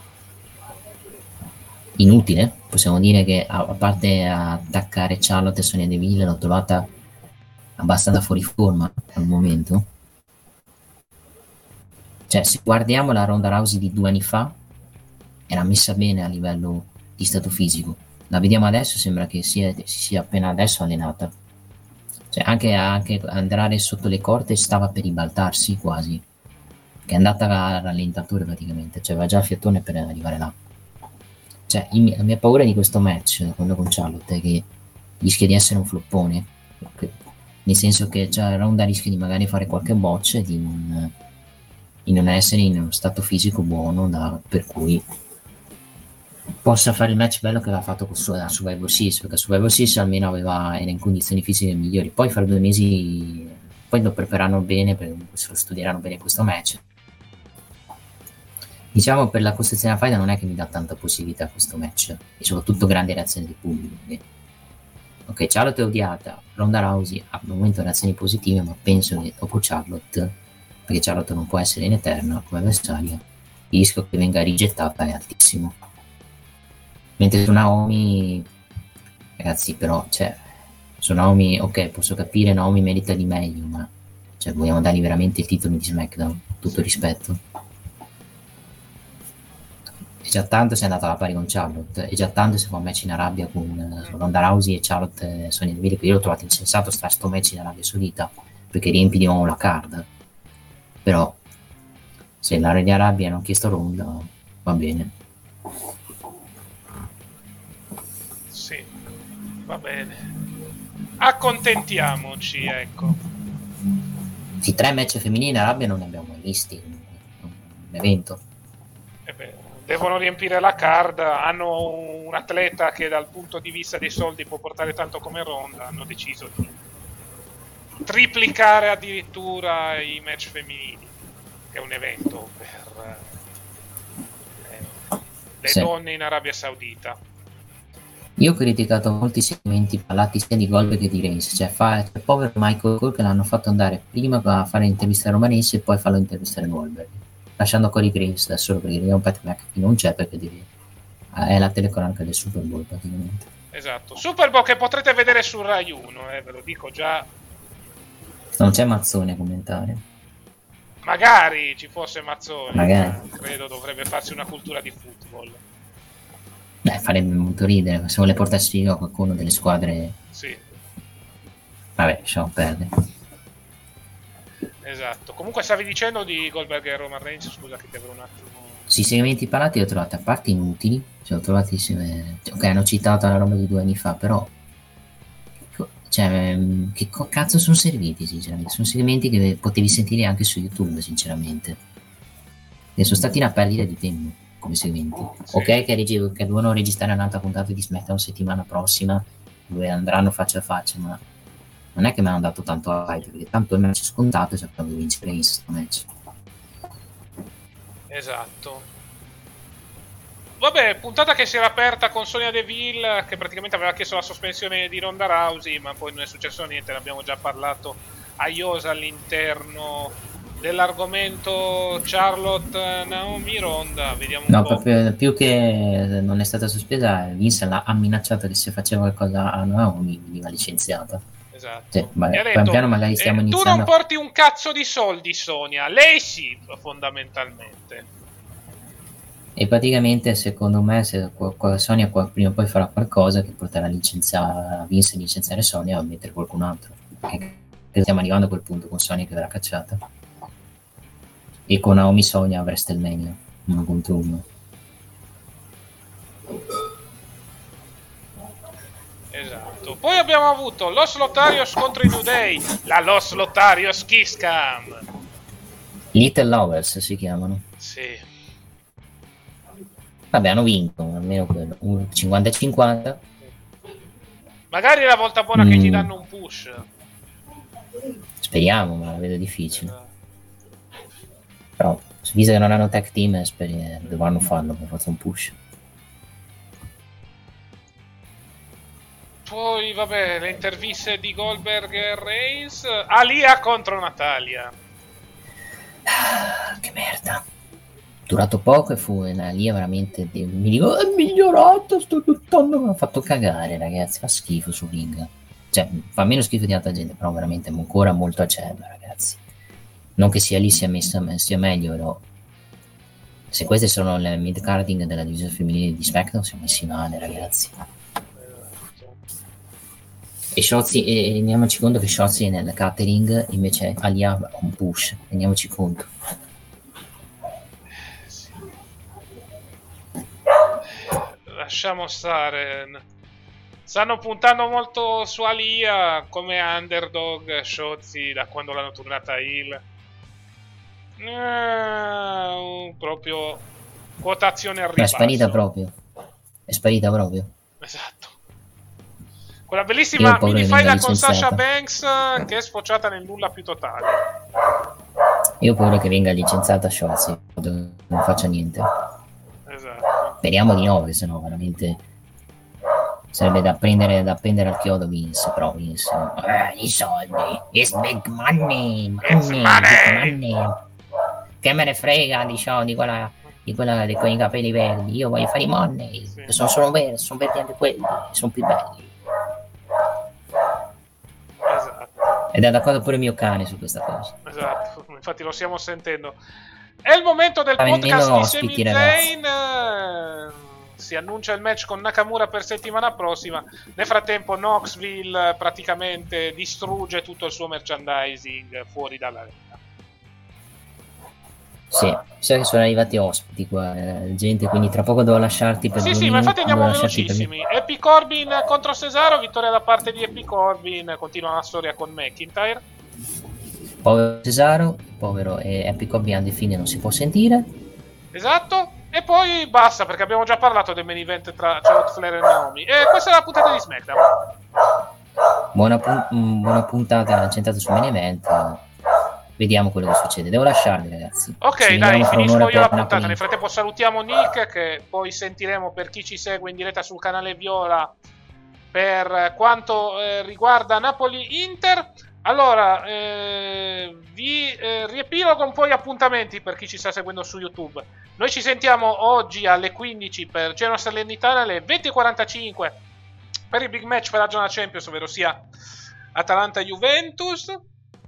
Inutile, possiamo dire che a parte attaccare Charlotte e Sonya Deville l'ho trovata abbastanza fuori forma al momento. Cioè, se guardiamo la Ronda Rousey di 2 anni fa, era messa bene a livello di stato fisico. La vediamo adesso, sembra che si sia appena adesso allenata. Cioè, anche andare sotto le corde stava per ribaltarsi quasi. Che è andata a rallentatore praticamente, cioè aveva già il fiatone per arrivare là. Cioè, la mia paura di questo match, quello con Charlotte, è che rischia di essere un floppone. Nel senso che Ronda rischia di magari fare qualche botch e di non essere in uno stato fisico buono per cui possa fare il match bello che aveva fatto con Survivor Series, perché Survivor Series almeno era in condizioni fisiche migliori. Poi fra 2 mesi poi lo prepareranno bene, se lo studieranno bene questo match. Diciamo, per la costruzione della faida non è che mi dà tanta possibilità questo match, e soprattutto grande reazione del pubblico. Ok, Charlotte è odiata, Ronda Rousey ha al momento reazioni positive, ma penso che dopo Charlotte, perché Charlotte non può essere in eterna come avversaria, il rischio che venga rigettata è altissimo. Mentre su Naomi, ragazzi, però, cioè, su Naomi, ok, posso capire, Naomi merita di meglio, ma cioè, vogliamo dargli veramente il titolo di SmackDown, tutto rispetto. E già tanto si è andata alla pari con Charlotte, e già tanto si fa un match in Arabia con Ronda Rousey e Charlotte Sonya Deville, che io l'ho trovato insensato sto match in Arabia Saudita, perché riempi di nuovo la card. Però se l'area di Arabia non ha chiesto Ronda, va bene. Sì, va bene. Accontentiamoci, ecco. Sì, 3 match femminili in Arabia non ne abbiamo mai visti, un evento. Devono riempire la card, hanno un atleta che dal punto di vista dei soldi può portare tanto come Ronda, hanno deciso di triplicare addirittura i match femminili, che è un evento per le donne in Arabia Saudita. Io ho criticato molti segmenti parlati sia di Goldberg che di Reigns, cioè il povero Michael Cole che l'hanno fatto andare prima a fare intervistare Roman Reigns e poi farlo intervistare Goldberg, lasciando Corey Graves da solo perché un Pat McAfee non c'è, perché è la telecronaca del Super Bowl praticamente. Esatto, Super Bowl che potrete vedere su Rai 1, ve lo dico già. Non c'è Mazzone a commentare. Magari ci fosse Mazzone, magari. Credo dovrebbe farsi una cultura di football. Farebbe molto ridere se vuole portarsi io a qualcuno delle squadre. Sì. Vabbè, lasciamo perdere. Esatto. Comunque stavi dicendo di Goldberg e Roman Reigns, scusa che ti avevo un attimo. Sì, i segmenti parlati li ho trovati a parte inutili, cioè ho trovati ok, hanno citato la roba di 2 anni fa, però cioè, che cazzo sono serviti, sinceramente? Sono segmenti che potevi sentire anche su YouTube, sinceramente, e sono stati una perdita di tempo come segmenti. Sì. Ok, che devono registrare un'altra puntata di SmackDown settimana prossima dove andranno faccia a faccia, ma non è che mi hanno dato tanto hype, perché tanto il match è scontato e sapevo di vincere in questo match. Esatto. Vabbè, puntata che si era aperta con Sonya Deville, che praticamente aveva chiesto la sospensione di Ronda Rousey, ma poi non è successo niente, ne abbiamo già parlato a iosa all'interno dell'argomento Charlotte, Naomi, Ronda. Vediamo un No, po'. proprio più che non è stata sospesa, Vince ha minacciato che se faceva qualcosa a Naomi veniva licenziata. Esatto. Cioè, Mi ha pian detto, piano magari stiamo tu iniziando. non porti un cazzo di soldi, Sonia, lei sì, fondamentalmente. E praticamente, secondo me, se Sonia prima o poi farà qualcosa che porterà Vince a licenziare Sonia o a mettere qualcun altro. Perché stiamo arrivando a quel punto con Sonia che verrà cacciata. E con Naomi Sonia a WrestleMania 1 contro 1. Esatto. Poi abbiamo avuto Los Lotarios contro i New Day, la Los Lotarios Kiss Cam. Little Lovers si chiamano. Sì. Vabbè, hanno vinto, almeno quello. 50-50. Magari è la volta buona che gli danno un push. Speriamo, ma la vedo difficile. Però, visto che non hanno tag team, dovranno farlo per forza un push. Poi, vabbè, le interviste di Goldberg e Reigns. Alia contro Natalia. Che merda. Durato poco e fu lì veramente. Mi dico, è migliorato, sto lottando. Mi ha fatto cagare, ragazzi. Fa schifo su ring. Cioè, fa meno schifo di altra gente, però veramente ancora molto acerbo, ragazzi. Non che sia lì sia meglio, però. Se queste sono le mid-carding della divisione femminile di SmackDown, siamo messi male, ragazzi. E Shotzi, e rendiamoci conto che Shotzi nel catering invece Alia un push, rendiamoci conto. Lasciamo stare. Stanno puntando molto su Alia come underdog. Shotzi da quando l'hanno turnata heel, proprio quotazione al ribasso. È sparita proprio. Esatto. Quella bellissima mini faida con Sasha Banks che è sfociata nel nulla più totale. Io ho paura che venga licenziata Shotzi, non faccia niente. Esatto. Speriamo di no, se no veramente sarebbe da prendere al chiodo Vince, però Vince, i soldi, it's big money, money. Che me ne frega di quella con i capelli verdi, io voglio fare i money, sì. sono verdi anche quelli, sono più belli. Esatto. Ed è d'accordo pure il mio cane su questa cosa. Esatto, infatti lo stiamo sentendo. È il momento del podcast di Sami Zayn. Si annuncia il match con Nakamura per settimana prossima. Nel frattempo Knoxville praticamente distrugge tutto il suo merchandising fuori dall'arena. Sì, so che sono arrivati ospiti qua, gente, quindi tra poco devo lasciarti per Sì, ma infatti andiamo velocissimi. Happy Corbin contro Cesaro, vittoria da parte di Happy Corbin, continua la storia con McIntyre. Povero Cesaro, povero e Happy Corbin alla fine non si può sentire. Esatto, e poi basta perché abbiamo già parlato del main event tra Charlotte Flair e Naomi. E questa è la puntata di SmackDown. Buona puntata centrata sul main event. Vediamo quello che succede. Devo lasciarvi, ragazzi. Ok, dai, finisco io la puntata. Nel frattempo salutiamo Nick, che poi sentiremo per chi ci segue in diretta sul canale Viola per quanto riguarda Napoli-Inter. Allora, vi riepilogo un po' gli appuntamenti per chi ci sta seguendo su YouTube. Noi ci sentiamo oggi alle 15 per Genoa Salernitana, alle 20:45 per il big match per la Zona Champions, ovvero sia Atalanta-Juventus.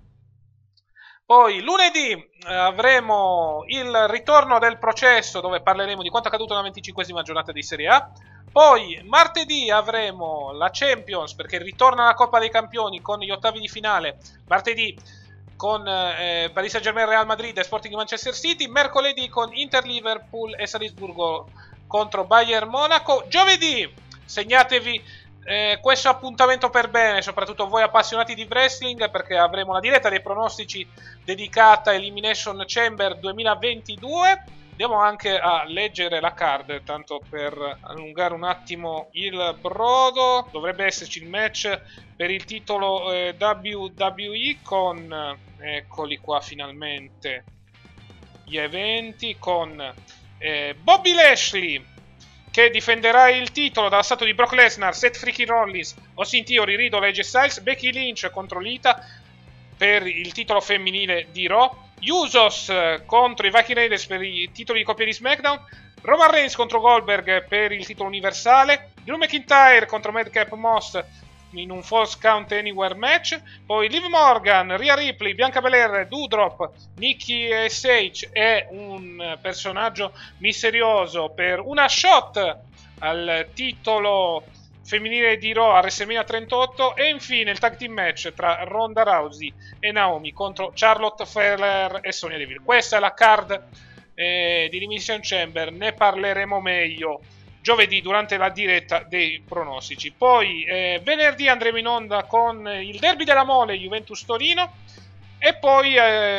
Poi lunedì avremo il ritorno del processo dove parleremo di quanto accaduto nella 25esima giornata di Serie A. Poi martedì avremo la Champions perché ritorna la Coppa dei Campioni con gli ottavi di finale. Martedì con Paris Saint-Germain, Real Madrid e Sporting Manchester City. Mercoledì con Inter, Liverpool e Salisburgo contro Bayern Monaco. Giovedì segnatevi questo appuntamento per bene, soprattutto voi appassionati di wrestling, perché avremo la diretta dei pronostici dedicata a Elimination Chamber 2022 Andiamo anche a leggere la card, tanto per allungare un attimo il brodo. Dovrebbe esserci il match per il titolo WWE con, eccoli qua finalmente, gli eventi, con Bobby Lashley, che difenderà il titolo dalla statua di Brock Lesnar, Seth Freaking Rollins, Austin Theory, Riddle, AJ Styles, Becky Lynch contro Lita per il titolo femminile di Raw, Usos contro i Viking Raiders per i titoli di coppia di SmackDown, Roman Reigns contro Goldberg per il titolo universale, Drew McIntyre contro Madcap Moss in un False Count Anywhere match, poi Liv Morgan, Rhea Ripley, Bianca Belair, Doudrop, Nikki S.H. e un personaggio misterioso per una shot al titolo femminile di Raw a WrestleMania 38, e infine il tag team match tra Ronda Rousey e Naomi contro Charlotte Flair e Sonya Deville. Questa è la card di Elimination Chamber, ne parleremo meglio giovedì durante la diretta dei pronostici. Poi venerdì andremo in onda con il derby della Mole, Juventus Torino, e poi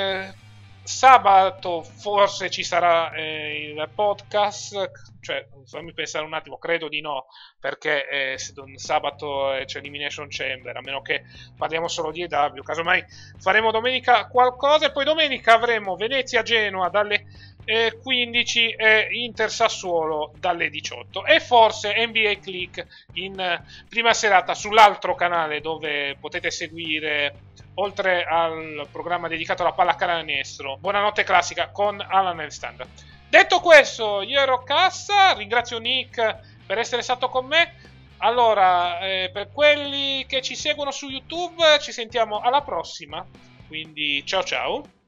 sabato forse ci sarà il podcast, cioè fammi pensare un attimo, credo di no, perché sabato c'è Elimination Chamber, a meno che parliamo solo di EW, casomai faremo domenica qualcosa, e poi domenica avremo Venezia-Genoa dalle 15 e Inter Sassuolo dalle 18, e forse NBA Click in prima serata sull'altro canale, dove potete seguire, oltre al programma dedicato alla pallacanestro, Buonanotte Classica con Alan e Standard. Detto questo, io ero Cassa, ringrazio Nick per essere stato con me. Allora, per quelli che ci seguono su YouTube, ci sentiamo alla prossima, quindi ciao ciao.